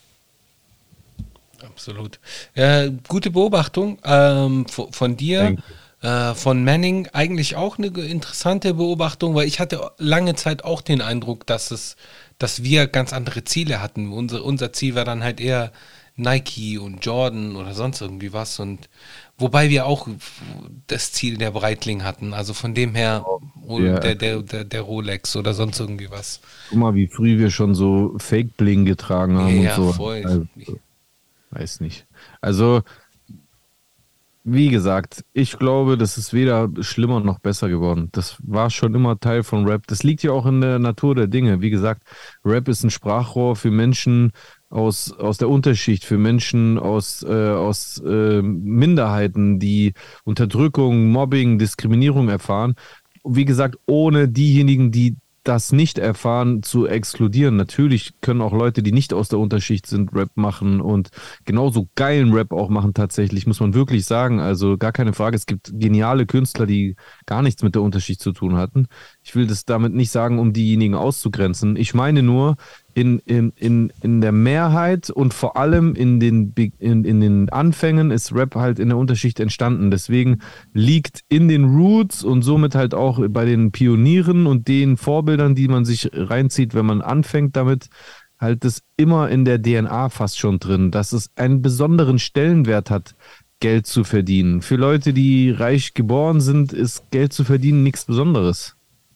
Absolut. Äh, gute Beobachtung ähm, von, von dir. Äh, von Manning eigentlich auch eine interessante Beobachtung, weil ich hatte lange Zeit auch den Eindruck, dass es, dass wir ganz andere Ziele hatten. Unser, unser Ziel war dann halt eher Nike und Jordan oder sonst irgendwie was. Und wobei wir auch das Ziel der Breitling hatten. Also von dem her Ja. der, der, der, der Rolex oder sonst irgendwie was. Guck mal, wie früh wir schon so Fake-Bling getragen haben Ja, und so. voll. Also, weiß nicht. Also, wie gesagt, ich glaube, das ist weder schlimmer noch besser geworden. Das war schon immer Teil von Rap. Das liegt ja auch in der Natur der Dinge. Wie gesagt, Rap ist ein Sprachrohr für Menschen aus, aus der Unterschicht, für Menschen aus, äh, aus äh, Minderheiten, die Unterdrückung, Mobbing, Diskriminierung erfahren. Wie gesagt, ohne diejenigen, die das nicht erfahren, zu exkludieren. Natürlich können auch Leute, die nicht aus der Unterschicht sind, Rap machen und genauso geilen Rap auch machen tatsächlich, muss man wirklich sagen. Also gar keine Frage, es gibt geniale Künstler, die gar nichts mit der Unterschicht zu tun hatten. Ich will das damit nicht sagen, um diejenigen auszugrenzen. Ich meine nur, in, in, in, in der Mehrheit und vor allem in den, Be- in, in den Anfängen ist Rap halt in der Unterschicht entstanden. Deswegen liegt in den Roots und somit halt auch bei den Pionieren und den Vorbildern, die man sich reinzieht, wenn man anfängt damit, halt das immer in der D N A fast schon drin, dass es einen besonderen Stellenwert hat, Geld zu verdienen. Für Leute, die reich geboren sind, ist Geld zu verdienen nichts Besonderes.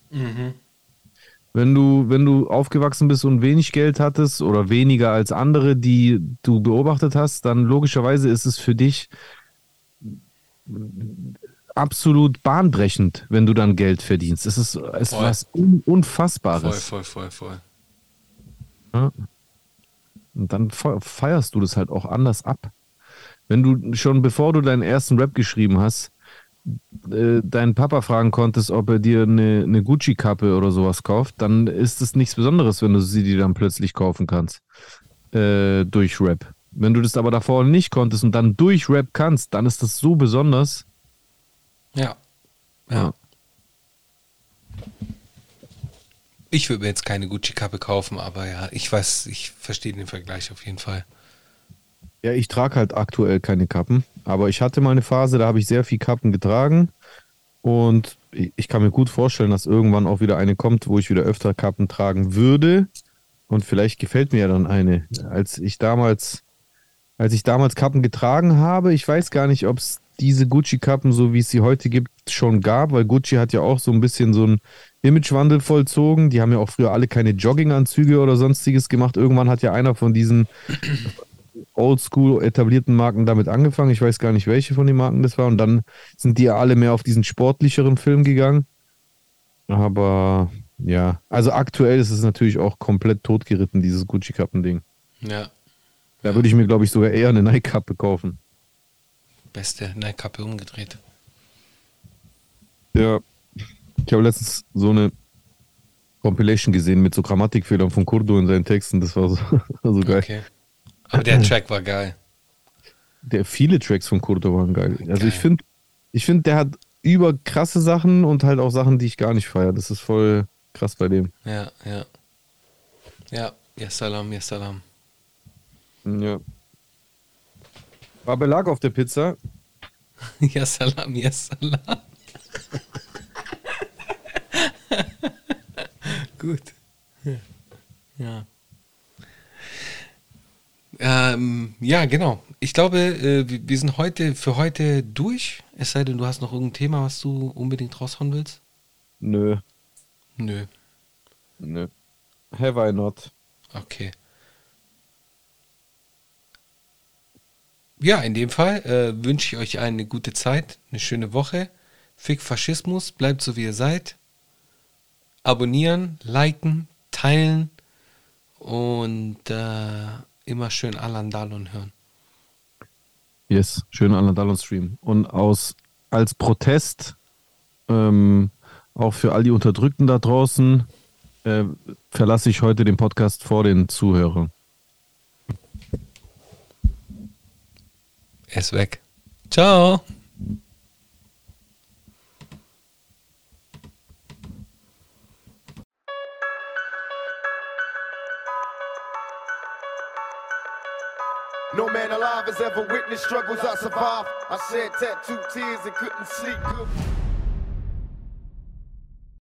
Wenn du, wenn du aufgewachsen bist und wenig Geld hattest oder weniger als andere, die du beobachtet hast, dann logischerweise ist es für dich absolut bahnbrechend, wenn du dann Geld verdienst. Es ist, es ist Voll. was Un Voll, Unfassbares. voll, voll, voll. Ja? Und dann fe- feierst du das halt auch anders ab. Wenn du schon bevor du deinen ersten Rap geschrieben hast, äh, deinen Papa fragen konntest, ob er dir eine, eine Gucci-Kappe oder sowas kauft, dann ist es nichts Besonderes, wenn du sie dir dann plötzlich kaufen kannst. Äh, durch Rap. Wenn du das aber davor nicht konntest und dann durch Rap kannst, dann ist das so besonders. Ja. Ja. Ich würde mir jetzt keine Gucci-Kappe kaufen, aber ja, ich weiß, ich verstehe den Vergleich auf jeden Fall. Ja, ich trage halt aktuell keine Kappen, aber ich hatte mal eine Phase, da habe ich sehr viel Kappen getragen und ich ich kann mir gut vorstellen, dass irgendwann auch wieder eine kommt, wo ich wieder öfter Kappen tragen würde und vielleicht gefällt mir ja dann eine. Als ich damals, als ich damals Kappen getragen habe, ich weiß gar nicht, ob es diese Gucci-Kappen, so wie es sie heute gibt, schon gab, weil Gucci hat ja auch so ein bisschen so einen Imagewandel vollzogen. Die haben ja auch früher alle keine Jogginganzüge oder sonstiges gemacht. Irgendwann hat ja einer von diesen oldschool etablierten Marken damit angefangen. Ich weiß gar nicht, welche von den Marken das war. Und dann sind die ja alle mehr auf diesen sportlicheren Film gegangen. Aber ja, also aktuell ist es natürlich auch komplett totgeritten, dieses Gucci-Kappen-Ding. Ja, Da würde ich mir, glaube ich, sogar eher eine Nike-Kappe kaufen. beste Nike-Kappe umgedreht. Ja, ich habe letztens so eine Compilation gesehen mit so Grammatikfehlern von Kurdo in seinen Texten. Das war so, war so geil. Okay. Aber der Track war geil. Der, viele Tracks von Kurdo waren geil. Also Geil. ich finde, ich finde, der hat über krasse Sachen und halt auch Sachen, die ich gar nicht feiere. Das ist voll krass bei dem. Ja, ja. Ja, ja salam, ja salam. Ja. War Belag auf der Pizza? Ja salam, ja salam. Gut. Ja. Ähm, ja, genau. Ich glaube, äh, wir wir sind heute für heute durch. Es sei denn, du hast noch irgendein Thema, was du unbedingt raushauen willst? Nö. Nö. Nö. Have I not? Okay. ja, in dem Fall äh, wünsche ich euch eine gute Zeit, eine schöne Woche. Fick Faschismus, bleibt so wie ihr seid. Abonnieren, liken, teilen und äh, immer schön Alan Dalon hören. Yes, schönen Alan Dalon Stream. Und aus als Protest, ähm, auch für all die Unterdrückten da draußen, äh, verlasse ich heute den Podcast vor den Zuhörern. Er ist weg. Ciao. No man alive has ever witnessed struggles I survived. I shed tattooed tears and couldn't sleep good.